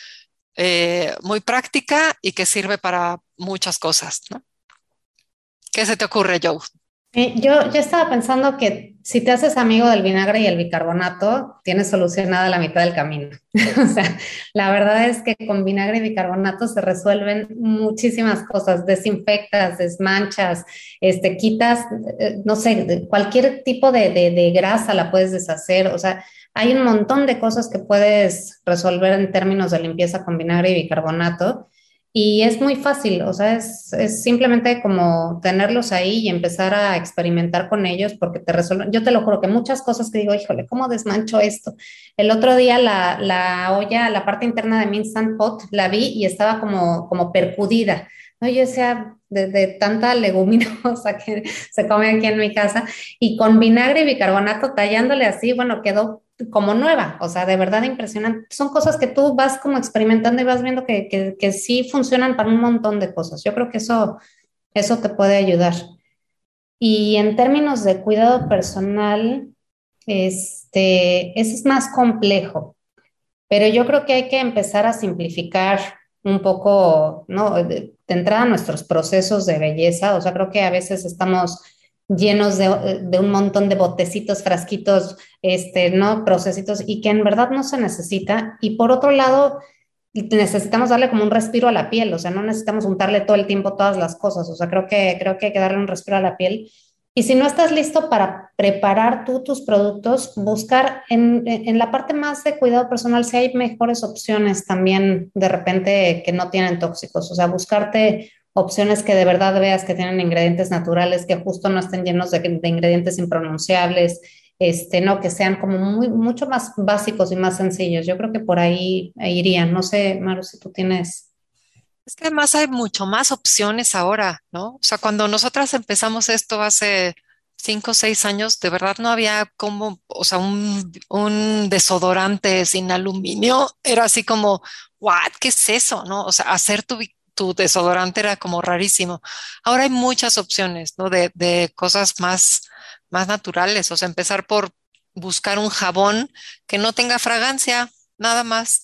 J: eh, muy práctica y que sirve para muchas cosas, ¿no? ¿Qué se te ocurre, Joe?
H: Eh, yo, yo estaba pensando que si te haces amigo del vinagre y el bicarbonato, tienes solucionada la mitad del camino. O sea, la verdad es que con vinagre y bicarbonato se resuelven muchísimas cosas, desinfectas, desmanchas, este, quitas, eh, no sé, cualquier tipo de, de, de grasa la puedes deshacer. O sea, hay un montón de cosas que puedes resolver en términos de limpieza con vinagre y bicarbonato. Y es muy fácil, o sea, es, es simplemente como tenerlos ahí y empezar a experimentar con ellos porque te resuelven. Yo te lo juro que muchas cosas que digo, híjole, ¿cómo desmancho esto? El otro día la, la olla, la parte interna de mi Instant Pot, la vi y estaba como, como percudida. ¿No? Yo decía, de, de tanta leguminosa que se come aquí en mi casa, y con vinagre y bicarbonato tallándole así, bueno, quedó como nueva, o sea, de verdad impresionante. Son cosas que tú vas como experimentando y vas viendo que, que, que sí funcionan para un montón de cosas. Yo creo que eso, eso te puede ayudar. Y en términos de cuidado personal, este, ese es más complejo, pero yo creo que hay que empezar a simplificar un poco, ¿no? De, de entrada nuestros procesos de belleza, o sea, creo que a veces estamos llenos de, de un montón de botecitos, frasquitos, este, ¿no? Procesitos, y que en verdad no se necesita. Y por otro lado, necesitamos darle como un respiro a la piel, o sea, no necesitamos untarle todo el tiempo todas las cosas, o sea, creo que, creo que hay que darle un respiro a la piel. Y si no estás listo para preparar tú tus productos, buscar en, en la parte más de cuidado personal si hay mejores opciones también de repente que no tienen tóxicos, o sea, buscarte opciones que de verdad veas que tienen ingredientes naturales, que justo no estén llenos de, de ingredientes impronunciables, este, no, que sean como muy, mucho más básicos y más sencillos. Yo creo que por ahí irían. No sé, Maru, si tú tienes...
J: Es que además hay mucho más opciones ahora, ¿no? O sea, cuando nosotras empezamos esto hace cinco o seis años, de verdad no había como, o sea, un, un desodorante sin aluminio. Era así como, ¿what? ¿Qué es eso? ¿No? O sea, hacer tu, tu desodorante era como rarísimo. Ahora hay muchas opciones, ¿no? De, de cosas más, más naturales. O sea, empezar por buscar un jabón que no tenga fragancia, nada más, ¿no? O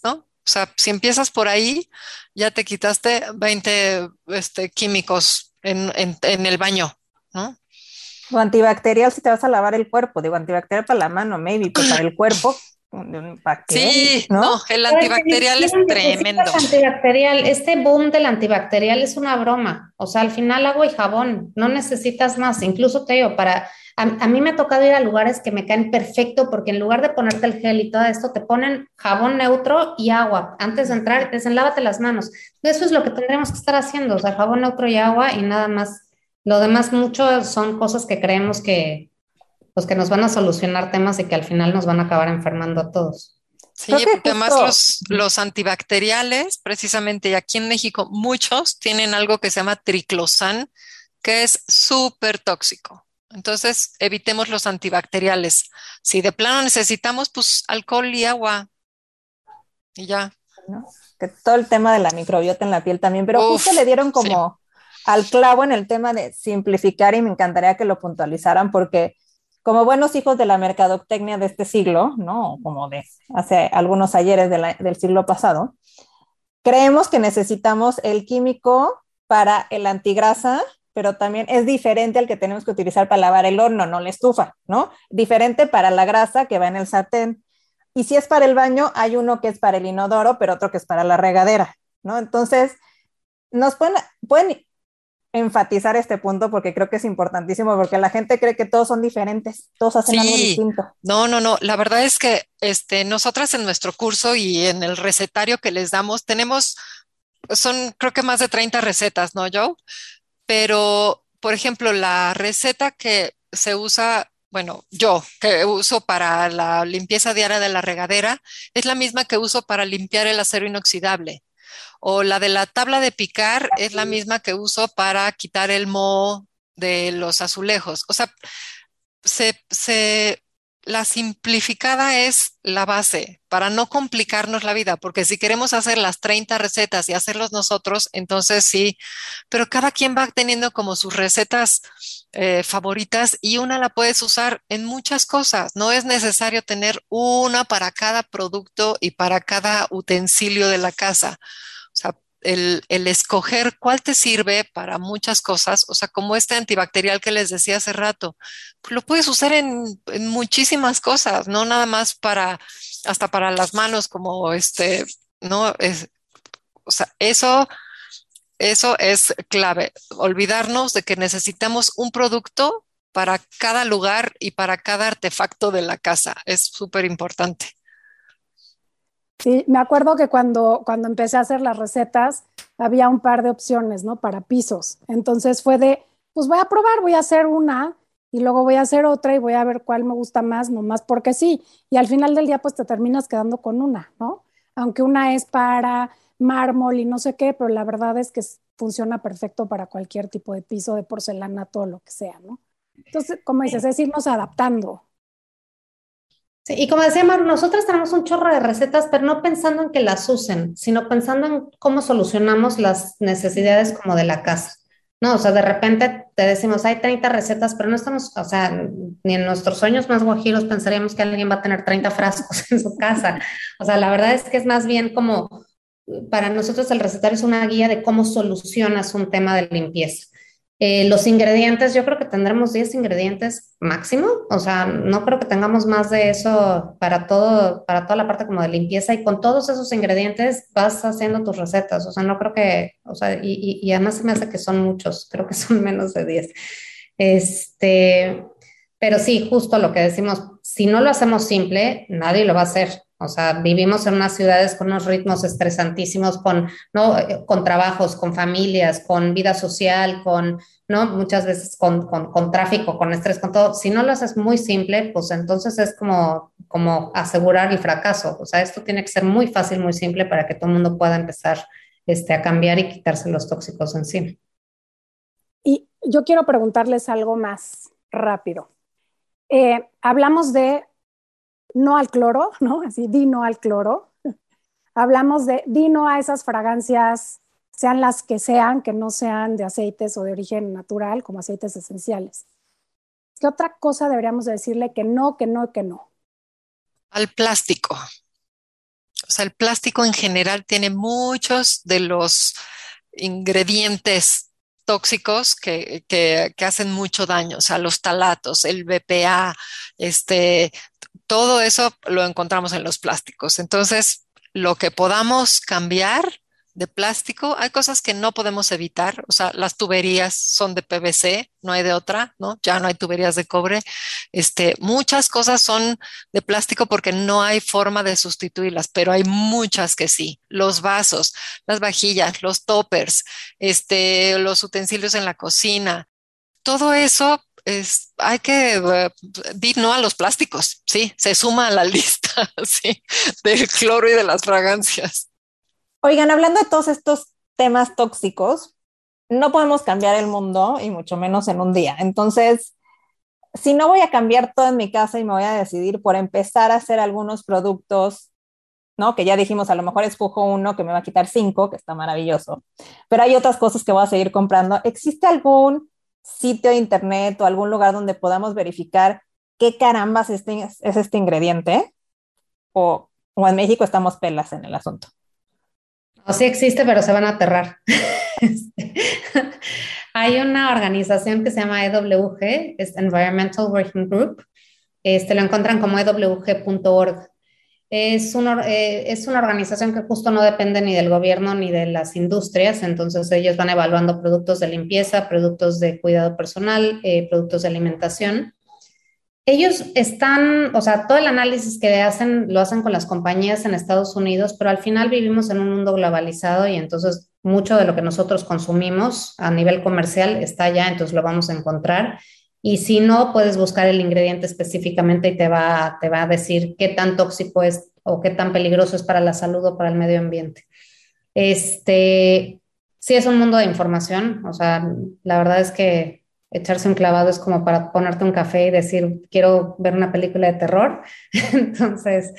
J: sea, si empiezas por ahí, ya te quitaste veinte este, químicos en, en, en el baño, ¿no?
F: O antibacterial si te vas a lavar el cuerpo, digo, antibacterial para la mano, maybe, pero para el cuerpo, ¿para qué?
J: Sí,
F: ¿no?
J: no, el antibacterial es tremendo.
H: El antibacterial, este boom del antibacterial es una broma. O sea, al final agua y jabón, no necesitas más. Incluso te digo, para, a, a mí me ha tocado ir a lugares que me caen perfecto porque en lugar de ponerte el gel y todo esto, te ponen jabón neutro y agua. Antes de entrar, te dicen, lávate las manos. Eso es lo que tendremos que estar haciendo, o sea, jabón neutro y agua y nada más. Lo demás mucho son cosas que creemos que, pues, que nos van a solucionar temas y que al final nos van a acabar enfermando a todos.
J: Sí, porque además los, los antibacteriales, precisamente, y aquí en México muchos tienen algo que se llama triclosan, que es súper tóxico. Entonces, evitemos los antibacteriales. Si de plano necesitamos, pues alcohol y agua. Y ya.
F: ¿No? Que todo el tema de la microbiota en la piel también, pero
J: Uf,
F: justo le dieron como...
J: sí.
F: al clavo en el tema de simplificar y me encantaría que lo puntualizaran porque como buenos hijos de la mercadotecnia de este siglo, ¿no? Como de hace algunos ayeres de la, del siglo pasado, creemos que necesitamos el químico para el antigrasa, pero también es diferente al que tenemos que utilizar para lavar el horno, no la estufa, ¿no? Diferente para la grasa que va en el sartén. Y si es para el baño, hay uno que es para el inodoro, pero otro que es para la regadera, ¿no? Entonces, nos pueden, pueden enfatizar este punto porque creo que es importantísimo porque la gente cree que todos son diferentes, todos hacen
J: Sí,
F: algo distinto.
J: No, no, no. La verdad es que este, nosotras en nuestro curso y en el recetario que les damos, tenemos, son creo que más de treinta recetas, ¿no, Joe? Pero, por ejemplo, la receta que se usa, bueno, yo que uso para la limpieza diaria de la regadera, es la misma que uso para limpiar el acero inoxidable. O la de la tabla de picar es la misma que uso para quitar el moho de los azulejos. O sea, se, se, la simplificada es la base para no complicarnos la vida, porque si queremos hacer las treinta recetas y hacerlos nosotros, entonces sí, pero cada quien va teniendo como sus recetas eh, favoritas y una la puedes usar en muchas cosas. No es necesario tener una para cada producto y para cada utensilio de la casa. O sea, el, el escoger cuál te sirve para muchas cosas, o sea, como este antibacterial que les decía hace rato, pues lo puedes usar en, en muchísimas cosas, no nada más para, hasta para las manos, como este, no, es, o sea, eso, eso es clave, olvidarnos de que necesitamos un producto para cada lugar y para cada artefacto de la casa, es súper importante.
E: Sí, me acuerdo que cuando, cuando empecé a hacer las recetas había un par de opciones, ¿no? Para pisos. Entonces fue de, pues voy a probar, voy a hacer una y luego voy a hacer otra y voy a ver cuál me gusta más, nomás porque sí. Y al final del día pues te terminas quedando con una, ¿no? Aunque una es para mármol y no sé qué, pero la verdad es que funciona perfecto para cualquier tipo de piso, de porcelana, todo lo que sea, ¿no? Entonces, como dices, es irnos adaptando.
H: Sí, y como decía Mar, nosotros tenemos un chorro de recetas, pero no pensando en que las usen, sino pensando en cómo solucionamos las necesidades como de la casa. No, o sea, de repente te decimos, hay treinta recetas, pero no estamos, o sea, ni en nuestros sueños más guajiros pensaríamos que alguien va a tener treinta frascos en su casa. O sea, la verdad es que es más bien como, para nosotros el recetario es una guía de cómo solucionas un tema de limpieza. Eh, los ingredientes, yo creo que tendremos diez ingredientes máximo, o sea, no creo que tengamos más de eso para todo, para toda la parte como de limpieza y con todos esos ingredientes vas haciendo tus recetas, o sea, no creo que, o sea, y, y, y además se me hace que son muchos, creo que son menos de diez. Este, pero sí, justo lo que decimos, si no lo hacemos simple, nadie lo va a hacer. O sea, vivimos en unas ciudades con unos ritmos estresantísimos, con, ¿no? con trabajos, con familias, con vida social, con, ¿no? Muchas veces con, con, con tráfico, con estrés, con todo. Si no lo haces muy simple, pues entonces es como, como asegurar el fracaso. O sea, esto tiene que ser muy fácil, muy simple para que todo el mundo pueda empezar este, a cambiar y quitarse los tóxicos encima.
E: Y yo quiero preguntarles algo más rápido. Eh, hablamos de no al cloro, ¿no? Así, di no al cloro. Hablamos de di no a esas fragancias, sean las que sean, que no sean de aceites o de origen natural, como aceites esenciales. ¿Qué otra cosa deberíamos decirle que no, que no, que no?
J: Al plástico. O sea, el plástico en general tiene muchos de los ingredientes tóxicos que, que, que hacen mucho daño, o sea, los talatos, el B P A, este, todo eso lo encontramos en los plásticos. Entonces, lo que podamos cambiar de plástico, hay cosas que no podemos evitar, o sea, las tuberías son de P V C, no hay de otra, ¿no? Ya no hay tuberías de cobre. Este, muchas cosas son de plástico porque no hay forma de sustituirlas, pero hay muchas que sí. Los vasos, las vajillas, los toppers, este, los utensilios en la cocina, todo eso es, hay que uh, decir no a los plásticos, sí, se suma a la lista, sí, del cloro y de las fragancias.
F: Oigan, hablando de todos estos temas tóxicos, no podemos cambiar el mundo y mucho menos en un día. Entonces, si no voy a cambiar todo en mi casa y me voy a decidir por empezar a hacer algunos productos, ¿no? Que ya dijimos, a lo mejor escojo uno que me va a quitar cinco, que está maravilloso, pero hay otras cosas que voy a seguir comprando. ¿Existe algún sitio de internet o algún lugar donde podamos verificar qué carambas este, es este ingrediente? O, o en México estamos pelas en el asunto.
H: No, sí existe, pero se van a aterrar. Hay una organización que se llama E W G, es Environmental Working Group. Este, lo encuentran como e w g punto org. Es una, eh, es una organización que justo no depende ni del gobierno ni de las industrias, entonces ellos van evaluando productos de limpieza, productos de cuidado personal, eh, productos de alimentación. Ellos están, o sea, todo el análisis que hacen lo hacen con las compañías en Estados Unidos, pero al final vivimos en un mundo globalizado y entonces mucho de lo que nosotros consumimos a nivel comercial está allá, entonces lo vamos a encontrar. Y si no, puedes buscar el ingrediente específicamente y te va, te va a decir qué tan tóxico es o qué tan peligroso es para la salud o para el medio ambiente. Este, sí es un mundo de información, o sea, la verdad es que echarse un clavado es como para ponerte un café y decir, quiero ver una película de terror. Entonces,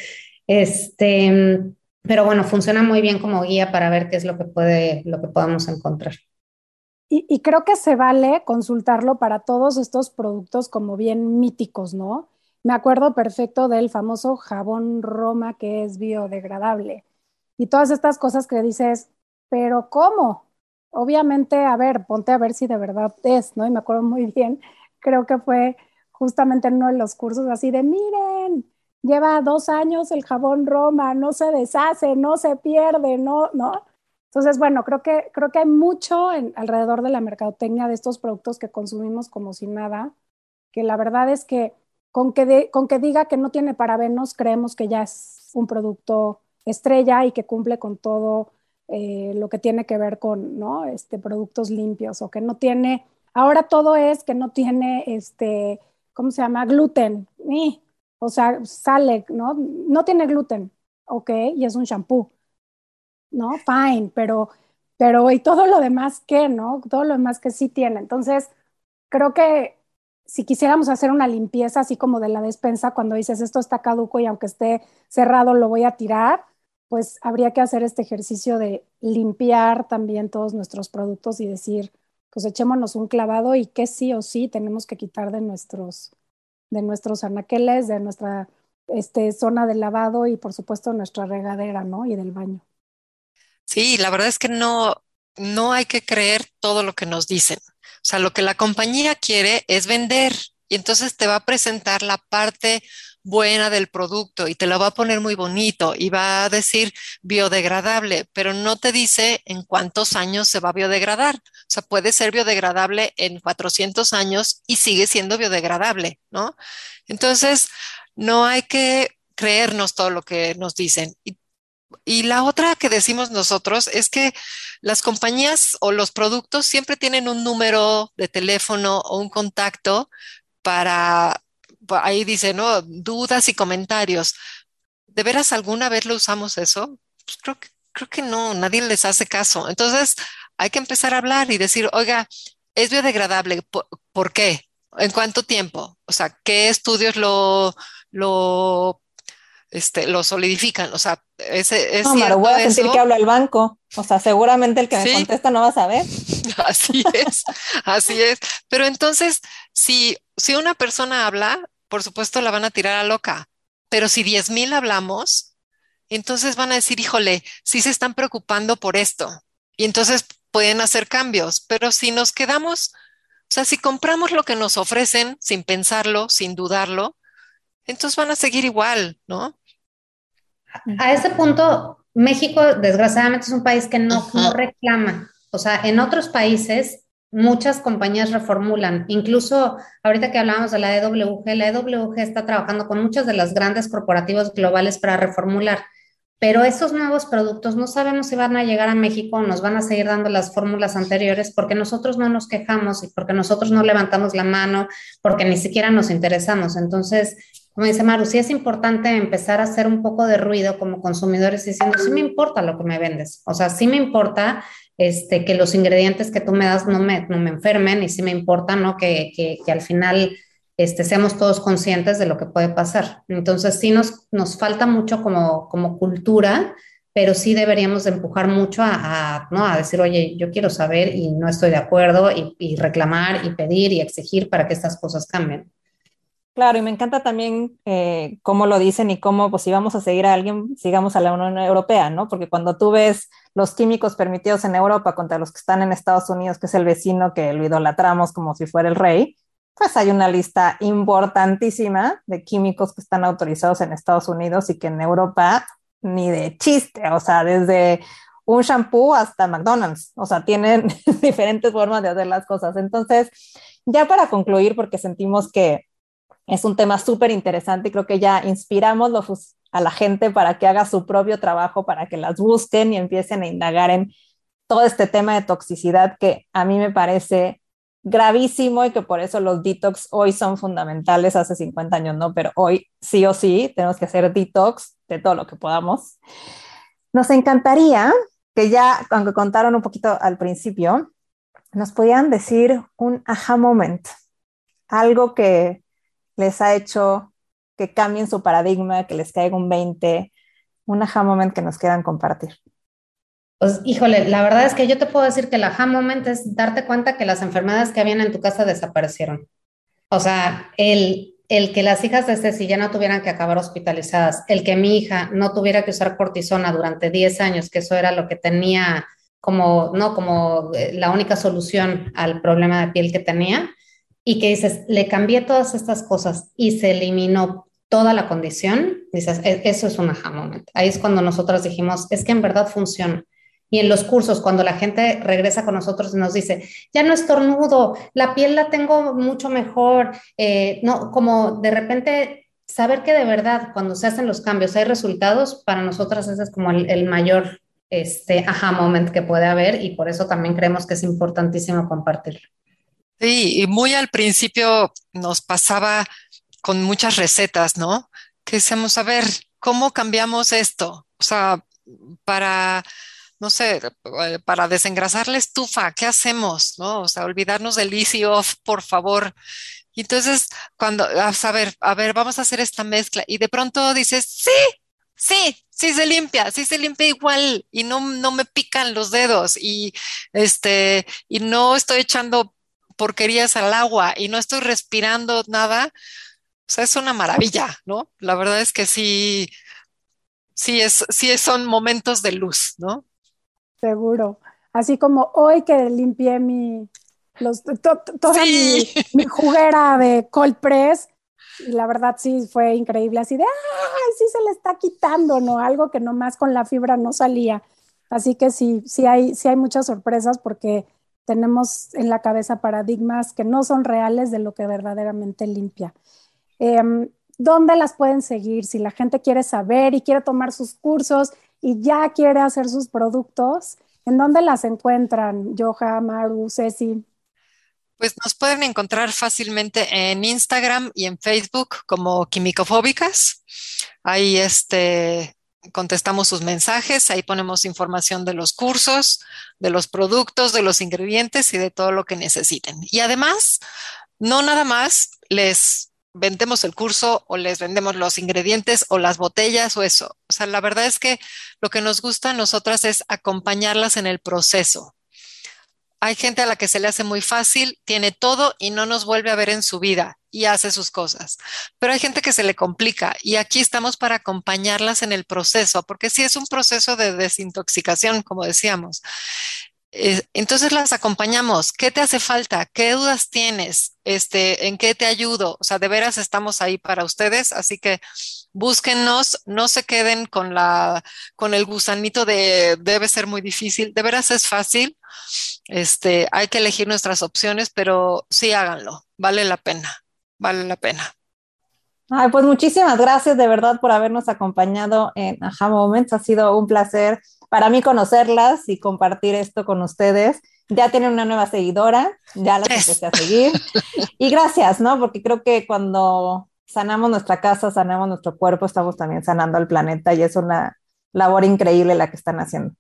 H: este, pero bueno, funciona muy bien como guía para ver qué es lo que puede, lo que podamos encontrar.
E: Y, y creo que se vale consultarlo para todos estos productos como bien míticos, ¿no? Me acuerdo perfecto del famoso jabón Roma que es biodegradable. Y todas estas cosas que dices, ¿pero cómo? Obviamente, a ver, ponte a ver si de verdad es, ¿no? Y me acuerdo muy bien, creo que fue justamente en uno de los cursos así de, miren, lleva dos años el jabón Roma, no se deshace, no se pierde, no, ¿no? Entonces, bueno, creo que, creo que hay mucho en, alrededor de la mercadotecnia de estos productos que consumimos como si nada, que la verdad es que con que, de, con que diga que no tiene parabenos, creemos que ya es un producto estrella y que cumple con todo eh, lo que tiene que ver con, ¿no? este, productos limpios o que no tiene, ahora todo es que no tiene, este, ¿cómo se llama? Gluten, ¿sí? O sea, sale, ¿no? No tiene gluten, ok, y es un shampoo. ¿No? Fine, pero, pero ¿y todo lo demás qué, no? Todo lo demás que sí tiene. Entonces, creo que si quisiéramos hacer una limpieza así como de la despensa, cuando dices esto está caduco y aunque esté cerrado lo voy a tirar, pues habría que hacer este ejercicio de limpiar también todos nuestros productos y decir, pues echémonos un clavado y que sí o sí tenemos que quitar de nuestros, de nuestros anaqueles, de nuestra este, zona de lavado y por supuesto nuestra regadera, ¿no? Y del baño.
J: Sí, la verdad es que no, no hay que creer todo lo que nos dicen. O sea, lo que la compañía quiere es vender y entonces te va a presentar la parte buena del producto y te lo va a poner muy bonito y va a decir biodegradable, pero no te dice en cuántos años se va a biodegradar. O sea, puede ser biodegradable en cuatrocientos años y sigue siendo biodegradable, ¿no? Entonces, no hay que creernos todo lo que nos dicen. Y Y la otra que decimos nosotros es que las compañías o los productos siempre tienen un número de teléfono o un contacto para, ahí dice, ¿no? Dudas y comentarios. ¿De veras alguna vez lo usamos eso? Pues creo que, creo que no, nadie les hace caso. Entonces hay que empezar a hablar y decir, oiga, es biodegradable, ¿por, por qué? ¿En cuánto tiempo? O sea, ¿qué estudios lo, lo Este, lo solidifican, o sea, ese, es
F: no, Maru, voy a sentir
J: eso.
F: que hablo al banco, o sea, seguramente el que
J: Sí.
F: me contesta no va a saber.
J: Así es, así es. Pero entonces, si, si una persona habla, por supuesto la van a tirar a loca, pero si diez mil hablamos, entonces van a decir, híjole, sí se están preocupando por esto. Y entonces pueden hacer cambios. Pero si nos quedamos, o sea, si compramos lo que nos ofrecen sin pensarlo, sin dudarlo, entonces van a seguir igual, ¿no?
H: A ese punto, México, desgraciadamente, es un país que no,
J: Ajá.
H: no reclama. O sea, en otros países, muchas compañías reformulan. Incluso ahorita que hablábamos de la E W G, la E W G está trabajando con muchas de las grandes corporativos globales para reformular. Pero esos nuevos productos no sabemos si van a llegar a México o nos van a seguir dando las fórmulas anteriores porque nosotros no nos quejamos y porque nosotros no levantamos la mano, porque ni siquiera nos interesamos. Entonces, como dice Maru, sí es importante empezar a hacer un poco de ruido como consumidores diciendo, sí me importa lo que me vendes. O sea, sí me importa este, que los ingredientes que tú me das no me, no me enfermen y sí me importa, ¿no? Que, que, que al final este, seamos todos conscientes de lo que puede pasar. Entonces, sí nos, nos falta mucho como, como cultura, pero sí deberíamos de empujar mucho a, a, ¿no? a decir, oye, yo quiero saber y no estoy de acuerdo y, y reclamar y pedir y exigir para que estas cosas cambien.
F: Claro, y me encanta también eh, cómo lo dicen y cómo, pues si vamos a seguir a alguien, sigamos a la Unión Europea, ¿no? Porque cuando tú ves los químicos permitidos en Europa contra los que están en Estados Unidos, que es el vecino que lo idolatramos como si fuera el rey, pues hay una lista importantísima de químicos que están autorizados en Estados Unidos y que en Europa ni de chiste, o sea, desde un shampoo hasta McDonald's, o sea, tienen diferentes formas de hacer las cosas. Entonces, ya para concluir, porque sentimos que es un tema súper interesante y creo que ya inspiramos lo, a la gente para que haga su propio trabajo, para que las busquen y empiecen a indagar en todo este tema de toxicidad que a mí me parece gravísimo y que por eso los detox hoy son fundamentales, hace cincuenta años no, pero hoy sí o sí tenemos que hacer detox de todo lo que podamos. Nos encantaría que ya, aunque contaron un poquito al principio, nos pudieran decir un aha moment, algo que les ha hecho que cambien su paradigma, que les caiga un veinte, un aha moment que nos quieran compartir.
H: Pues, híjole, la verdad es que yo te puedo decir que el aha moment es darte cuenta que las enfermedades que habían en tu casa desaparecieron. O sea, el, el que las hijas de Ceci ya no tuvieran que acabar hospitalizadas, el que mi hija no tuviera que usar cortisona durante diez años, que eso era lo que tenía como, no, como la única solución al problema de piel que tenía, y que dices, le cambié todas estas cosas y se eliminó toda la condición, dices, eso es un aha moment. Ahí es cuando nosotros dijimos, es que en verdad funciona. Y en los cursos, cuando la gente regresa con nosotros y nos dice, ya no estornudo, la piel la tengo mucho mejor, eh, no, como de repente saber que de verdad cuando se hacen los cambios hay resultados, para nosotras ese es como el, el mayor este, aha moment que puede haber y por eso también creemos que es importantísimo compartirlo.
J: Sí, y muy al principio nos pasaba con muchas recetas, ¿no? Que decíamos, a ver, ¿cómo cambiamos esto? O sea, para, no sé, para desengrasar la estufa, ¿qué hacemos? ¿No? O sea, olvidarnos del easy off, por favor. Y entonces, cuando, a ver, a ver, vamos a hacer esta mezcla. Y de pronto dices, sí, sí, sí se limpia, sí se limpia igual. Y no, no me pican los dedos. Y este, y no estoy echando porquerías al agua y no estoy respirando nada, o sea, es una maravilla, ¿no? La verdad es que sí, sí, es, sí son momentos de luz, ¿no?
E: Seguro. Así como hoy que limpié mi, los, to, to, toda sí. mi, mi juguera de cold press, y la verdad sí fue increíble, así de, ¡ay, sí se le está quitando!, ¿no? Algo que nomás con la fibra no salía. Así que sí, sí hay, sí hay muchas sorpresas porque tenemos en la cabeza paradigmas que no son reales de lo que verdaderamente limpia. Eh, ¿Dónde las pueden seguir? Si la gente quiere saber y quiere tomar sus cursos y ya quiere hacer sus productos, ¿en dónde las encuentran? Yoja, Maru, Ceci.
J: Pues nos pueden encontrar fácilmente en Instagram y en Facebook como Quimicofóbicas. Ahí este... contestamos sus mensajes, ahí ponemos información de los cursos, de los productos, de los ingredientes y de todo lo que necesiten. Y además, no nada más les vendemos el curso o les vendemos los ingredientes o las botellas o eso. O sea, la verdad es que lo que nos gusta a nosotras es acompañarlas en el proceso. Hay gente a la que se le hace muy fácil, tiene todo y no nos vuelve a ver en su vida. y hace sus cosas. Pero hay gente que se le complica y aquí estamos para acompañarlas en el proceso, porque sí es un proceso de desintoxicación, como decíamos. Eh, entonces las acompañamos. ¿Qué te hace falta? ¿Qué dudas tienes? Este, ¿en qué te ayudo? O sea, de veras estamos ahí para ustedes, así que búsquennos, no se queden con la, con el gusanito de debe ser muy difícil. De veras es fácil. Este, hay que elegir nuestras opciones, pero sí háganlo. Vale la pena, vale la pena.
F: Ay, pues muchísimas gracias de verdad por habernos acompañado en Aha Moments. Ha sido un placer para mí conocerlas y compartir esto con ustedes. Ya tienen una nueva seguidora, ya las yes. empecé a seguir. Y gracias, ¿no? Porque creo que cuando sanamos nuestra casa, sanamos nuestro cuerpo, estamos también sanando al planeta y es una labor increíble la que están haciendo.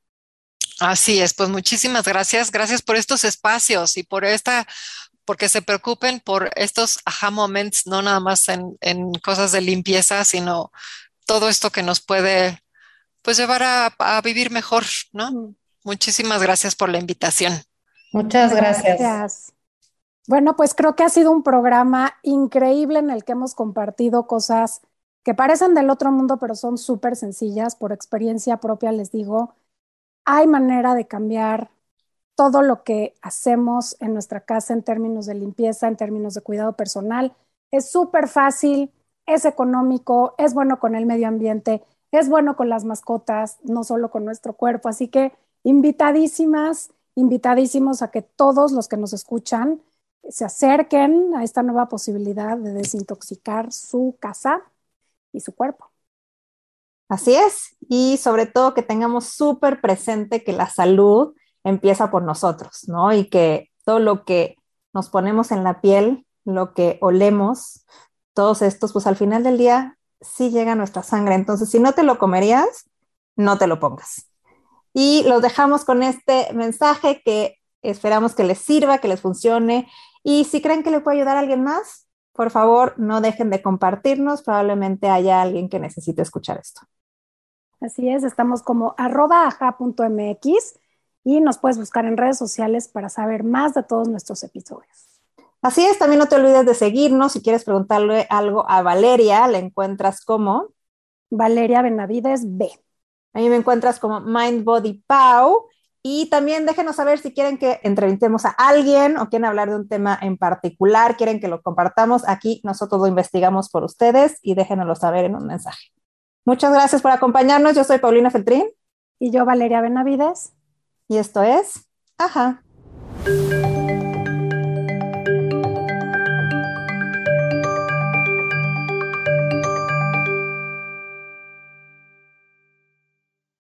J: Así es, pues muchísimas gracias. Gracias por estos espacios y por esta... porque se preocupen por estos aha moments, no nada más en, en cosas de limpieza, sino todo esto que nos puede pues llevar a, a vivir mejor, ¿no? Mm. Muchísimas gracias por la invitación.
H: Muchas gracias. gracias.
E: Bueno, pues creo que ha sido un programa increíble en el que hemos compartido cosas que parecen del otro mundo, pero son súper sencillas. Por experiencia propia les digo, hay manera de cambiar todo lo que hacemos en nuestra casa en términos de limpieza, en términos de cuidado personal. Es súper fácil, es económico, es bueno con el medio ambiente, es bueno con las mascotas, no solo con nuestro cuerpo. Así que invitadísimas, invitadísimos a que todos los que nos escuchan se acerquen a esta nueva posibilidad de desintoxicar su casa y su cuerpo.
F: Así es, y sobre todo que tengamos súper presente que la salud empieza por nosotros, ¿no? Y que todo lo que nos ponemos en la piel, lo que olemos, todos estos, pues al final del día sí llega a nuestra sangre. Entonces, si no te lo comerías, no te lo pongas. Y los dejamos con este mensaje que esperamos que les sirva, que les funcione. Y si creen que le puede ayudar a alguien más, por favor, no dejen de compartirnos. Probablemente haya alguien que necesite escuchar esto.
E: Así es, estamos como arroba aha punto mx. Y nos puedes buscar en redes sociales para saber más de todos nuestros episodios.
F: Así es, también no te olvides de seguirnos. Si quieres preguntarle algo a Valeria, la encuentras como
E: Valeria Benavides B.
F: A mí me encuentras como Mind Body Pau. Y también déjenos saber si quieren que entrevistemos a alguien o quieren hablar de un tema en particular, quieren que lo compartamos. Aquí nosotros lo investigamos por ustedes y déjenoslo saber en un mensaje. Muchas gracias por acompañarnos. Yo soy Paulina Feltrín.
E: Y yo, Valeria Benavides.
F: Y esto es Aha.